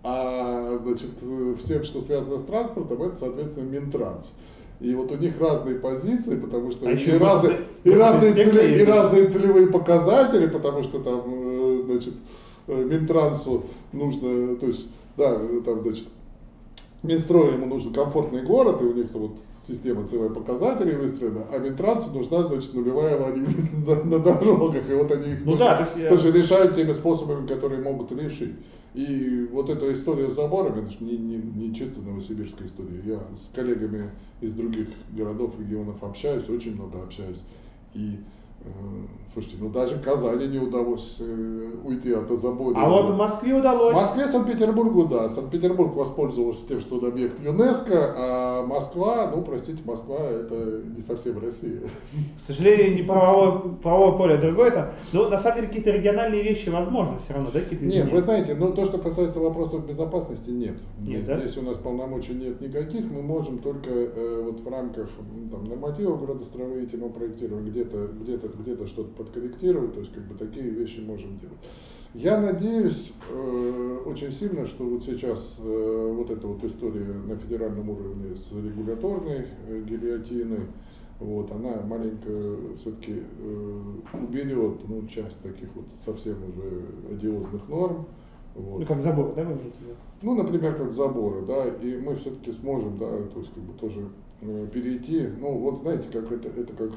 а, значит, всем, что связано с транспортом, это, соответственно, Минтранс. И вот у них разные позиции, потому что А и, еще разные, госинспекция и, разные есть. целевые, и разные целевые показатели, потому что там, э, значит, э, Минтрансу нужно, то есть, да, там, значит, Минстрою ему нужен комфортный город, и у них там вот система ЦВ-показателей выстроена, а Минтрансу нужна, значит, нулевая аварийность на, на дорогах. И вот они их ну тоже, да, то есть, тоже решают теми способами, которые могут решить. И вот эта история с заборами, это же не, не, не чисто новосибирская история. Я с коллегами из других городов, регионов общаюсь, очень много общаюсь. И слушайте, ну даже Казани не удалось э, уйти от озабоченности. А вот в Москве удалось. В Москве, Санкт-Петербургу, да. Санкт-Петербург воспользовался тем, что он объект ЮНЕСКО, а Москва, ну простите, Москва это не совсем Россия. К сожалению, не правовое, правовое поле другое там. Но на самом деле какие-то региональные вещи возможны все равно, да, какие-то изменения? Нет, вы знаете, ну то, что касается вопросов безопасности, нет. Нет, Здесь да? у нас полномочий нет никаких, мы можем только э, вот в рамках там, нормативов градостроения мы проектируем, где-то где-то где-то что-то подкорректировать, то есть как бы такие вещи можем делать. Я надеюсь э, очень сильно, что вот сейчас э, вот эта вот история на федеральном уровне с регуляторной э, гильотиной, вот, она маленько все-таки э, уберет ну, часть таких вот совсем уже одиозных норм. Вот. Ну как забор, да, вы имеете в виду? Ну, например, как заборы, да, и мы все-таки сможем, да, то есть как бы тоже э, перейти, ну вот знаете, как это, это как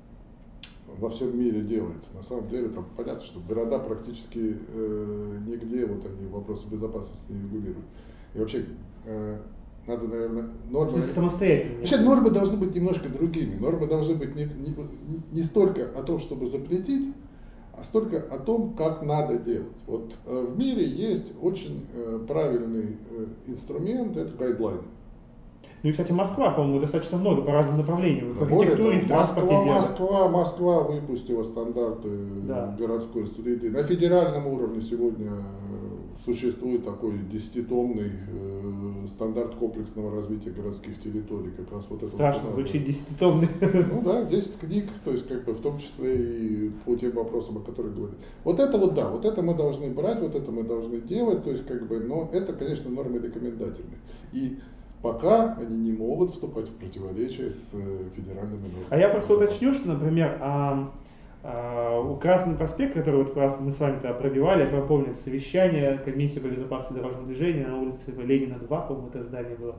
во всем мире делается. На самом деле там понятно, что города практически э, нигде вот они вопросы безопасности не регулируют. И вообще э, надо, наверное, нормы... Самостоятельно. Вообще нормы должны быть немножко другими. Нормы должны быть не, не, не столько о том, чтобы запретить, а столько о том, как надо делать. Вот э, в мире есть очень э, правильный э, инструмент, это гайдлайны. Ну и, кстати, Москва, по-моему, достаточно много по разным направлениям. В Более архитектуре, того, в транспорте Москва, делают. Москва, Москва выпустила стандарты Да. городской среды. На федеральном уровне сегодня э, существует такой десятитомный э, стандарт комплексного развития городских территорий. Как раз вот это Страшно вот, звучит десятитомный. Ну да, десять книг, то есть как бы в том числе и по тем вопросам, о которых говорили. Вот это вот да, вот это мы должны брать, вот это мы должны делать, то есть как бы, но это, конечно, нормы рекомендательные. И пока они не могут вступать в противоречие с федеральными нормами. А я просто уточню, что, например, а, а, у Красный проспект, который вот как раз мы с вами тогда пробивали, я помню, совещание комиссии по безопасности дорожного движения на улице Ленина два, по-моему, это здание было.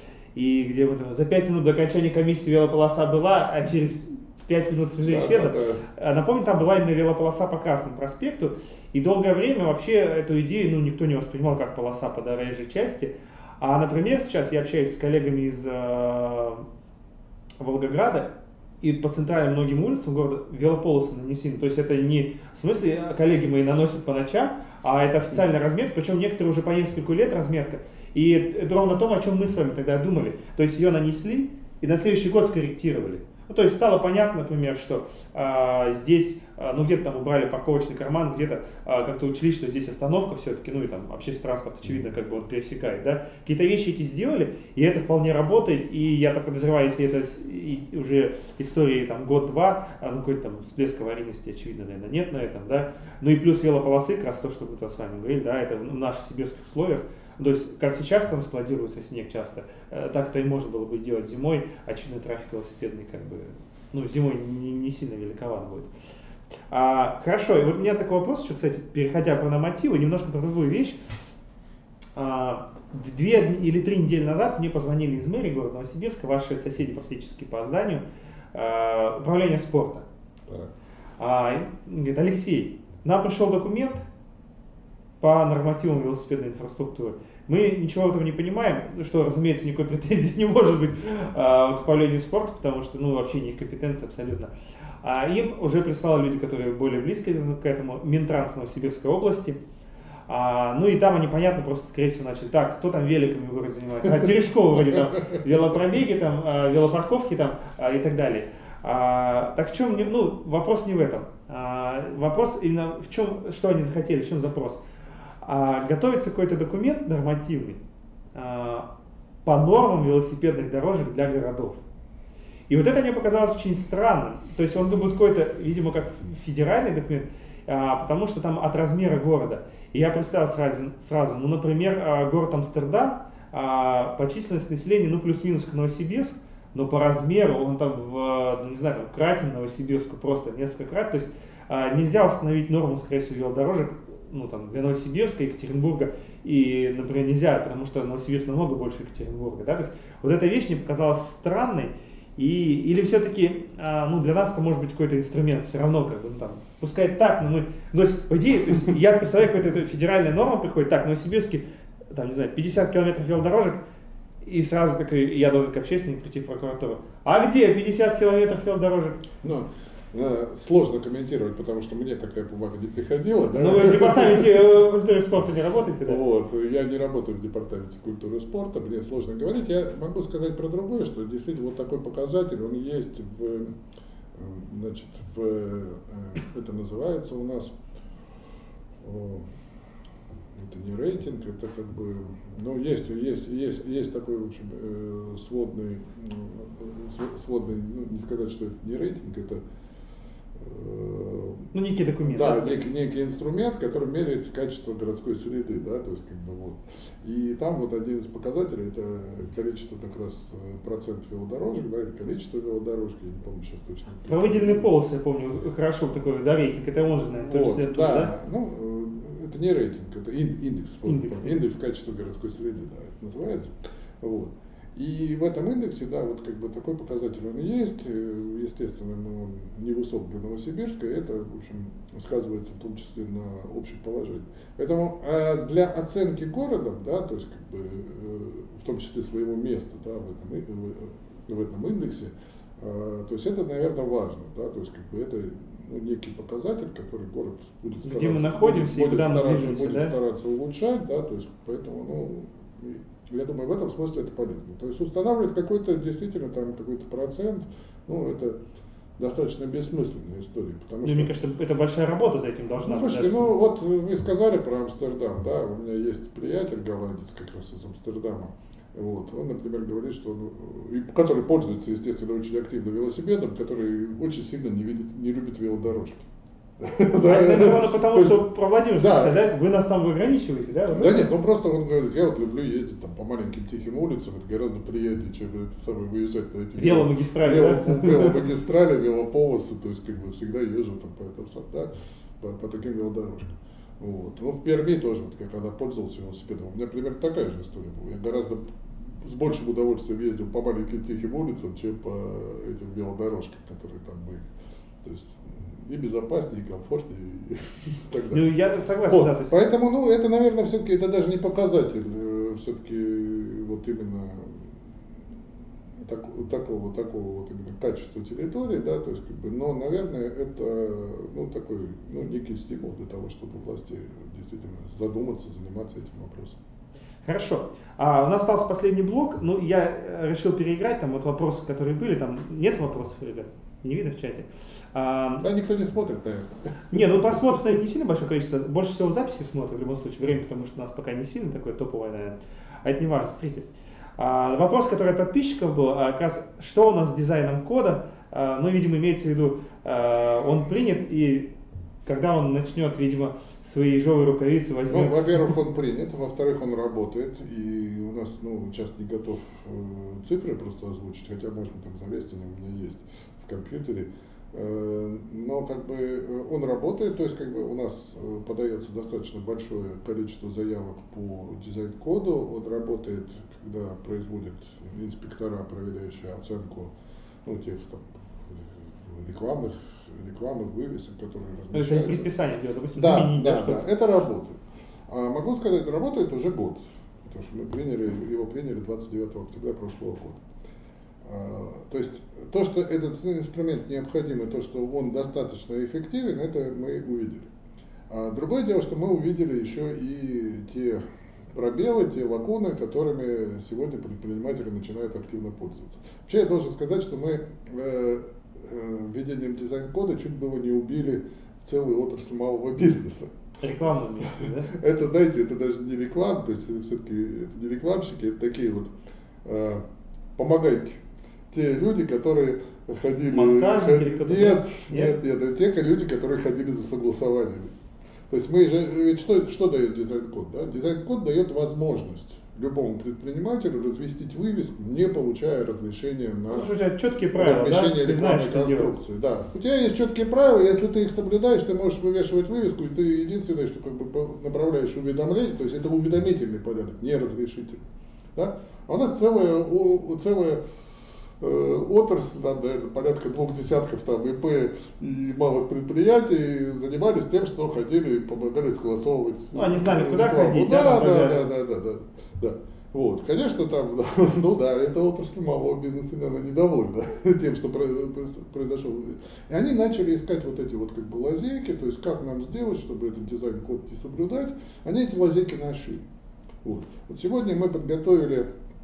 И где мы там, за пять минут до окончания комиссии велополоса была, а через пять минут уже Да, исчезла. да, да. Напомню, там была именно велополоса по Красному проспекту. И долгое время вообще эту идею ну, никто не воспринимал как полоса по проезжей части. А, например, сейчас я общаюсь с коллегами из э, Волгограда, и по центральным многим улицам города велополосы нанесены. То есть это не в смысле коллеги мои наносят по ночам, а это официальная разметка, причем некоторые уже по несколько лет разметка. И это ровно то, о чем мы с вами тогда думали. То есть ее нанесли и на следующий год скорректировали. Ну, то есть стало понятно, например, что а, здесь, а, ну где-то там убрали парковочный карман, где-то а, как-то учли, что здесь остановка все-таки, ну и там общественный транспорт, очевидно, как бы он пересекает, да. Какие-то вещи эти сделали, и это вполне работает, и я так подозреваю, если это и, уже истории там год-два, а, ну какой-то там всплеск аварийности, очевидно, наверное, нет на этом, да. Ну и плюс велополосы, как раз то, что мы с вами говорили, да, это в наших сибирских условиях. То есть, как сейчас там складируется снег часто, так-то и можно было бы делать зимой, очевидно, трафик велосипедный как бы, ну, зимой не, не сильно великоват будет. А, хорошо, и вот у меня такой вопрос еще, кстати, переходя про нормативы, немножко про другую вещь. А, две или три недели назад мне позвонили из мэрии города Новосибирска, ваши соседи фактически по зданию, а, управление спорта. А, говорит, Алексей, нам пришел документ по нормативам велосипедной инфраструктуры. Мы ничего в этом не понимаем, что, разумеется, никакой претензии не может быть а, к управлению спорта, потому что, ну, вообще не их компетенция абсолютно. А им уже прислали люди, которые более близки к этому, Минтранс Новосибирской области. А, ну и там они, понятно, просто, скорее всего, начали, так, кто там великами в городе занимается? А, Терешкова вроде там, велопробеги, там, а, велопарковки там а, и так далее. А, так в чем, ну, вопрос не в этом. А, вопрос именно в чем, что они захотели, в чем запрос. А, готовится какой-то документ нормативный а, по нормам велосипедных дорожек для городов. И вот это мне показалось очень странным. То есть он будет какой-то, видимо, как федеральный документ, а, потому что там от размера города. И я представил сразу, сразу ну, например, а, город Амстердам, а, по численности населения, ну, плюс-минус к Новосибирск, но по размеру он там, в, ну, не знаю, там, кратен Новосибирску просто несколько крат. То есть а, нельзя установить норму, скорее всего, велодорожек, ну, там, для Новосибирска, Екатеринбурга, и, например, нельзя, потому что Новосибирск намного больше Екатеринбурга, да, то есть Вот эта вещь мне показалась странной. И, или все-таки, а, ну, для нас это может быть какой-то инструмент, все равно, как бы, ну, там, пускай так, но мы, ну, то есть, по идее, то есть, я представляю, какая-то федеральная норма приходит, так, в Новосибирске, там, не знаю, пятьдесят километров велодорожек, и сразу такой, я должен как общественник прийти в прокуратуру. А где пятьдесят километров велодорожек? Ну, э, сложно комментировать, потому что мне такая бумага не приходила. Да? Ну, вы в департаменте культуры и спорта не работаете, да? Вот, я не работаю в департаменте культуры и спорта, мне сложно говорить. Я могу сказать про другое, что действительно вот такой показатель, он есть в, значит, в, это называется у нас, это не рейтинг, это как бы, ну, есть, есть, есть, есть такой, в общем, сводный, сводный, ну, не сказать, что это не рейтинг, это ну, некий документ. Да, да? Некий, некий инструмент, который меряет качество городской среды, да, то есть как бы вот. И там вот один из показателей это количество как раз процент велодорожек, да, или количество велодорожек, я не помню сейчас точно. Про выделенные полосы, я помню, хорошо такой, да, рейтинг, это он же, наверное, вот, то есть, да, да? Ну, это не рейтинг, это индекс, индекс, индекс качества городской среды, да, это называется. Вот. И в этом индексе, да, вот как бы такой показатель он и есть, естественно, но он невысок для Новосибирска, и это, в общем, сказывается в том числе на общем положении. Поэтому а для оценки городом, да, то есть как бы в том числе своего места, да, в этом, в этом индексе, то есть это, наверное, важно, да, то есть как бы это, ну, некий показатель, который город будет стараться, где мы находимся, будет, и куда мы стараться, движемся, будет да? стараться улучшать, да, то есть поэтому, ну, я думаю, в этом смысле это полезно. То есть устанавливать какой-то действительно там какой-то процент, ну, это достаточно бессмысленная история. Потому ну, что, мне кажется, это большая работа за этим должна ну, быть. слушайте, да? ну вот вы сказали про Амстердам, да, у меня есть приятель голландец как раз из Амстердама. Вот. Он, например, говорит, что он, который пользуется, естественно, очень активно велосипедом, который очень сильно не, видит, не любит велодорожки. А это, наверное, потому что про Владимир, да. да, вы нас там ограничиваете, да? Да нет, ну просто он говорит, я вот люблю ездить там по маленьким тихим улицам, это гораздо приятнее, чем это самое выезжать на эти веломагистрали, вело, да? веломагистрали, велополосы, то есть как бы всегда езжу там по этому, да, по, по таким велодорожкам. Вот. Ну в Перми тоже, вот, я когда пользовался велосипедом, у меня примерно такая же история была. Я гораздо с большим удовольствием ездил по маленьким тихим улицам, чем по этим велодорожкам, которые там были. То есть и безопаснее, и комфортнее, и так далее. Ну, я согласен, вот. да. То есть... Поэтому, ну, это, наверное, все-таки, это даже не показатель, все-таки, вот именно так, такого, такого вот именно качества территории, да, то есть, как бы, но, наверное, это, ну, такой, ну, некий стимул для того, чтобы власти действительно задуматься, заниматься этим вопросом. Хорошо. А у нас остался последний блок. Ну, я решил переиграть, там вот вопросы, которые были, там нет вопросов, ребят? Не видно в чате. А, да, никто не смотрит, наверное. Не, ну просмотров, наверное, не сильно большое количество. Больше всего записи смотрят в любом случае. Время, потому что у нас пока не сильно такое топовое, наверное. А это не важно, смотрите. А, вопрос, который от подписчиков был, а, как раз, что у нас с дизайном кода. А, ну, видимо, имеется в виду, а, он принят, и когда он начнет, видимо, свои ежовые рукавицы возьмет. Ну, во-первых, он принят, во-вторых, он работает, и у нас, ну, сейчас не готов э, цифры просто озвучить, хотя можно там залезть, они у меня есть в компьютере. Но как бы он работает, то есть как бы у нас подается достаточно большое количество заявок по дизайн-коду, он работает, когда производят инспектора, проверяющие оценку, ну, тех там рекламных, рекламных вывесок, которые размещаются. Это предписание делают, допустим, да, заменить, да, да, да, это работает. А могу сказать, работает уже год, потому что мы приняли, его приняли двадцать девятого октября прошлого года. То есть то, что этот инструмент необходим, и то, что он достаточно эффективен, это мы увидели. А другое дело, что мы увидели еще и те пробелы, те лакуны, которыми сегодня предприниматели начинают активно пользоваться. Вообще я должен сказать, что мы э, э, введением дизайн-кода чуть было не убили целую отрасль малого бизнеса. Рекламную место, да? Это, знаете, это даже не реклама, то есть все-таки это не рекламщики, это такие вот э, помогайки. Те люди, которые ходили... Монтажники, ходи... Нет, нет, нет, это те люди, которые ходили за согласованиями. То есть мы же, ведь что, что дает дизайн-код? Да? Дизайн-код дает возможность любому предпринимателю разместить вывеску, не получая разрешения на ну, у тебя четкие правила, размещение да? рекламной конструкции. Да. У тебя есть четкие правила, если ты их соблюдаешь, ты можешь вывешивать вывеску, и ты единственное, что как бы направляешь уведомление, то есть это уведомительный порядок, не разрешительный. Да? А у нас целая, у, целая э, отрасль, там, наверное, порядка двух десятков там ИП и малых предприятий занимались тем, что ходили и помогали согласовывать. Ну, они знали, куда рекламу. ходить, да, да, да, да, да, да, да, да. Вот, конечно, там, да, ну да, эта отрасль малого бизнеса, она недовольна тем, что произошло. И они начали искать вот эти вот как бы лазейки, то есть как нам сделать, чтобы этот дизайн-код не соблюдать. Они эти лазейки нашли. Вот. Вот сегодня мы подготовили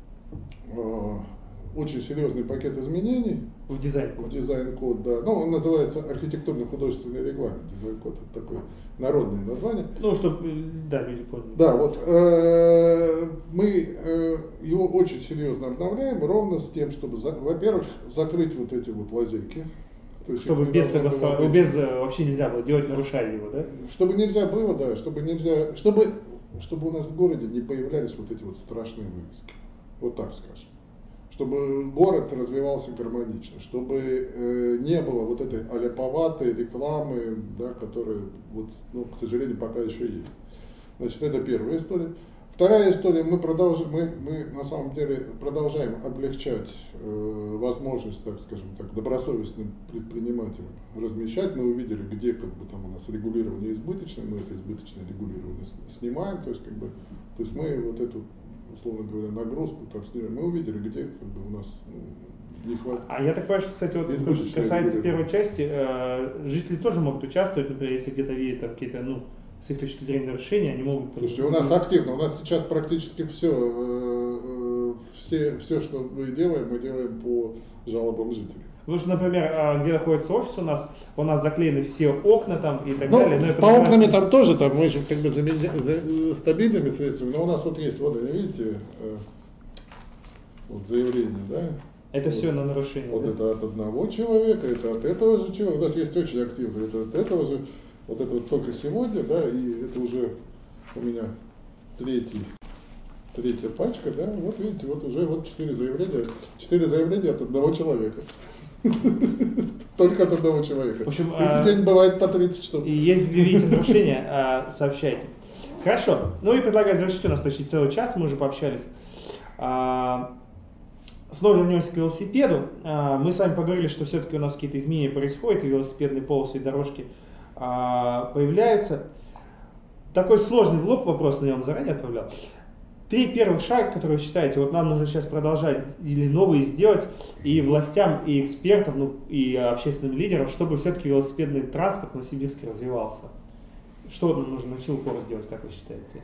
э, очень серьезный пакет изменений в дизайн-код. В дизайн-код, да. Ну, он называется архитектурно-художественный регламент. Дизайн-код — это такое народное название. Ну, чтобы, да, люди поняли. Да, вот э, мы э, его очень серьезно обновляем, ровно с тем, чтобы, за, во-первых, закрыть вот эти вот лазейки. То есть чтобы без согласования, без вообще нельзя было делать, нарушая его, да? Чтобы нельзя было, да, чтобы нельзя, чтобы, чтобы у нас в городе не появлялись вот эти вот страшные вывески. Вот так скажем. Чтобы город развивался гармонично, чтобы э, не было вот этой аляповатой рекламы, да, которая, вот, ну, к сожалению, пока еще есть. Значит, это первая история. Вторая история, мы, продолжаем, мы, мы на самом деле продолжаем облегчать э, возможность, так скажем так, добросовестным предпринимателям размещать. Мы увидели, где как бы, там у нас регулирование избыточное, мы это избыточное регулирование снимаем, то есть, как бы, то есть мы вот эту, условно говоря, нагрузку там снимаем, мы увидели, где как бы, у нас ну, не хватает. А я так понимаю, что, кстати, вот что касается первой части, э, жители тоже могут участвовать, например, если где-то видят там какие-то, ну, с их точки зрения нарушения, они могут... Слушайте, у нас активно, у нас сейчас практически все, э, все, все, что мы делаем, мы делаем по жалобам жителей. Потому что, например, где находится офис у нас, у нас заклеены все окна там и так ну, далее. Но по окнам там тоже, там мы же как бы за, за стабильными средствами, но у нас вот есть, вот видите, э, вот заявление, да? Это вот, все на нарушение. Вот да? это от одного человека, это от этого же человека, у нас есть очень активно, это от этого же. Вот это вот только сегодня, да, и это уже у меня третий, третья пачка, да, вот видите, вот уже вот четыре заявления, четыре заявления от одного человека. Только от одного человека. В общем, в день бывает по тридцать штук. И если видите нарушения, сообщайте. Хорошо, ну и предлагаю завершить, у нас почти целый час, мы уже пообщались. Снова вернемся к велосипеду. Мы с вами поговорили, что все-таки у нас какие-то изменения происходят, и велосипедные полосы и дорожки появляются. Такой сложный в лоб вопрос, но я вам заранее отправлял. Три первых шага, которые вы считаете, вот нам нужно сейчас продолжать или новые сделать и властям, и экспертам, ну, и общественным лидерам, чтобы все-таки велосипедный транспорт в Новосибирске развивался. Что нам нужно, на чего упор сделать, как вы считаете?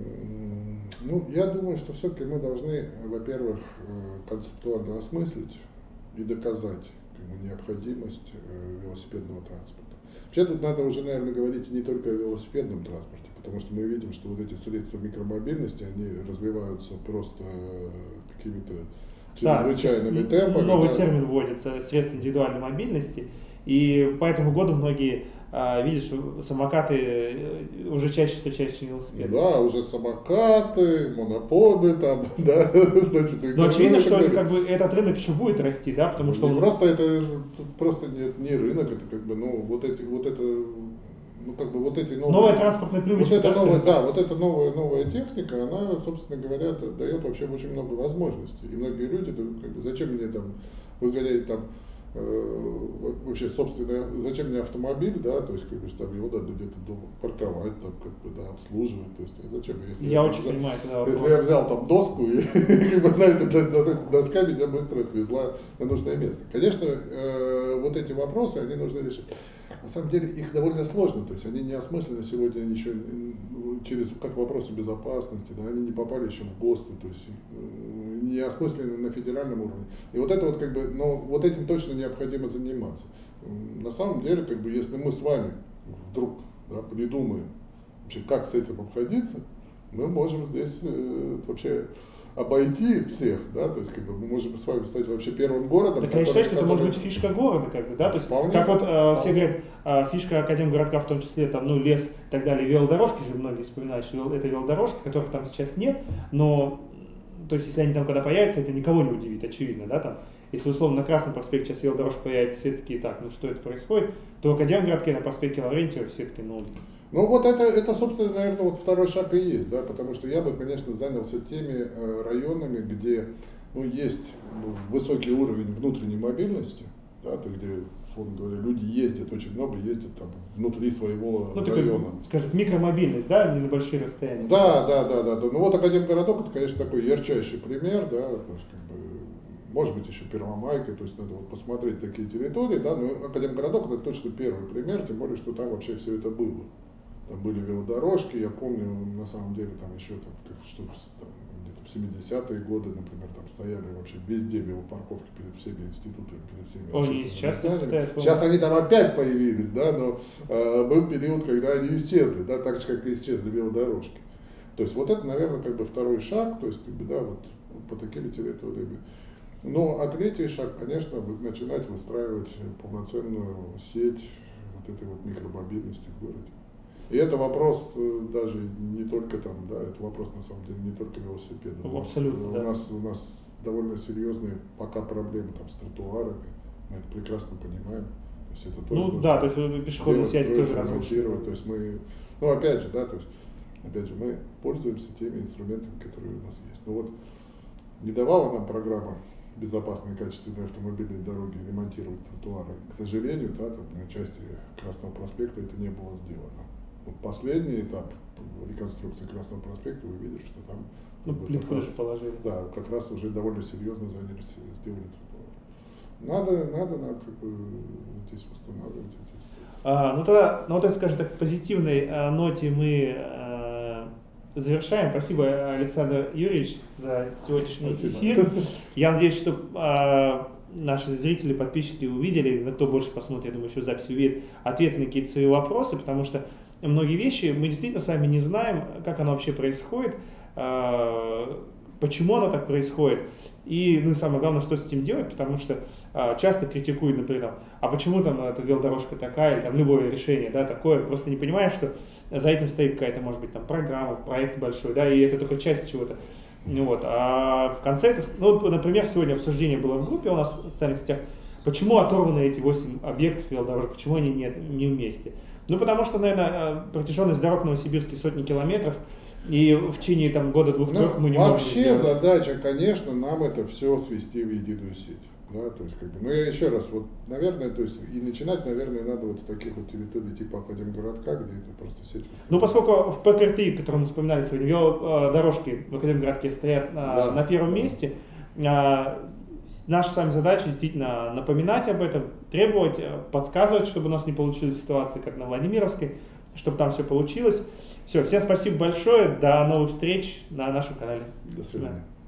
Ну, я думаю, что все-таки мы должны, во-первых, концептуально осмыслить и доказать как бы, необходимость велосипедного транспорта. Вообще тут надо уже, наверное, говорить не только о велосипедном транспорте, потому что мы видим, что вот эти средства микромобильности, они развиваются просто какими-то чрезвычайными да, темпами. Новый да. термин вводится, средства индивидуальной мобильности, и по этому году многие а, видят, что самокаты уже чаще встречаются, чем велосипеды. Да, уже самокаты, моноподы там, да, значит. Но очевидно, что это, как бы, этот рынок еще будет расти, да, потому что не он... просто это просто нет, не рынок, это как бы, ну, вот эти, вот это, ну, как бы вот эти новые... Новая транспортная привычка. Вот это новая, да, вот эта новая, новая техника, она, собственно говоря, дает вообще очень много возможностей. И многие люди, как бы, зачем мне там выгонять там, э, вообще, собственно, зачем мне автомобиль, да, то есть, как бы, там его надо где-то дома парковать, там, как бы, да, обслуживать, то есть, зачем? Если я я очень взял, понимаю, да, если вопрос. я взял там доску и, как бы, на эта доска меня быстро отвезла на нужное место. Конечно, э, вот эти вопросы, они нужно решить. На самом деле их довольно сложно, то есть они не осмыслены сегодня еще через как вопросы безопасности, да, они не попали еще в ГОСТы, то есть не осмыслены на федеральном уровне. И вот это вот как бы, но вот этим точно необходимо заниматься. На самом деле, как бы, если мы с вами вдруг да, придумаем, вообще, как с этим обходиться, мы можем здесь э, вообще обойти всех, да, то есть как бы мы можем с вами стать вообще первым городом. Так я считаю, что это может быть фишка города, как бы, да, то есть вполне, как вот э, все говорят, э, фишка Академгородка, в том числе там, ну, лес и так далее, велодорожки же многие вспоминают, что это велодорожки, которых там сейчас нет, но, то есть если они там когда появятся, это никого не удивит, очевидно, да, там, если условно на Красном проспекте сейчас велодорожка появится, все такие, так, ну что это происходит, то в Академгородке на проспекте Лаврентьева все таки, ну... Ну вот это, это, собственно, наверное, вот второй шаг и есть, да, потому что я бы, конечно, занялся теми э, районами, где ну, есть ну, высокий уровень внутренней мобильности, да, то есть где, условно говоря, люди ездят, очень много ездят там внутри своего ну, района. Ну, скажем, микромобильность, да, не на большие расстояния. Да, да, да, да, да. Ну вот Академгородок, это, конечно, такой ярчайший пример, да, то есть, как бы, может быть, еще Первомайка, то есть надо вот посмотреть такие территории, да, но Академгородок это точно первый пример, тем более, что там вообще все это было. Там были велодорожки, я помню, на самом деле, там еще там, что, там, где-то в семидесятые годы, например, там стояли вообще везде велопарковки перед всеми институтами, перед всеми. Они сейчас стоят. Сейчас они там опять появились, да, но э, был период, когда они исчезли, да, так же, как и исчезли велодорожки. То есть вот это, наверное, как бы второй шаг, то есть, как бы, да, вот, вот по такими территориями. Ну, а третий шаг, конечно, начинать выстраивать полноценную сеть вот этой вот микромобильности в городе. И это вопрос даже не только там, да, это вопрос на самом деле не только велосипеда. Ну, абсолютно, у, да. нас, у нас довольно серьезные пока проблемы там с тротуарами, мы это прекрасно понимаем. То есть это тоже ну да, то есть пешеходная связь тоже разрушена. То есть мы, ну опять же, да, то есть, опять же, мы пользуемся теми инструментами, которые у нас есть. Ну вот не давала нам программа безопасные качественные автомобильные дороги ремонтировать тротуары. К сожалению, да, там, на части Красного проспекта это не было сделано. Вот последний этап реконструкции Красного проспекта, вы видите, что там ну, плитку даже положили. Да, как раз уже довольно серьезно занялись, сделали тротуар. Надо, надо, надо как бы здесь восстанавливать эти. А, ну тогда, ну вот это, скажем так, позитивной а, ноте мы а, завершаем. Спасибо, Александр Юрьевич, за сегодняшний Спасибо. эфир. Я надеюсь, что а, наши зрители, подписчики увидели, кто больше посмотрит, я думаю, еще запись увидит, ответы на какие-то свои вопросы, потому что многие вещи мы действительно сами не знаем, как оно вообще происходит, почему оно так происходит. И, ну и самое главное, что с этим делать, потому что часто критикуют, например, а почему там эта велодорожка такая, или там любое решение, да, такое, просто не понимаешь, что за этим стоит какая-то, может быть, там программа, проект большой, да, и это только часть чего-то. Ну, вот. А в конце, это, ну, например, сегодня обсуждение было в группе у нас в социальных сетях, почему оторваны эти восемь объектов велодорожек, почему они нет, не вместе. Ну, потому что, наверное, протяженность дорог в Новосибирске сотни километров, и в течение там, года-двух-трех ну, мы не можем вообще сделать. задача, конечно, нам это все свести в единую сеть. Да, то есть, как бы, ну, я еще раз, вот, наверное, то есть, и начинать, наверное, надо вот с таких вот территорий типа Академгородка, где это просто сеть. Ну, поскольку в ПКРТИ, который мы вспоминали сегодня, велодорожки в Академгородке стоят на, да, на первом да. месте, наша с вами задача действительно напоминать об этом, требовать, подсказывать, чтобы у нас не получилась ситуация, как на Владимировской, чтобы там все получилось. Все, всем спасибо большое, до новых встреч на нашем канале. До свидания.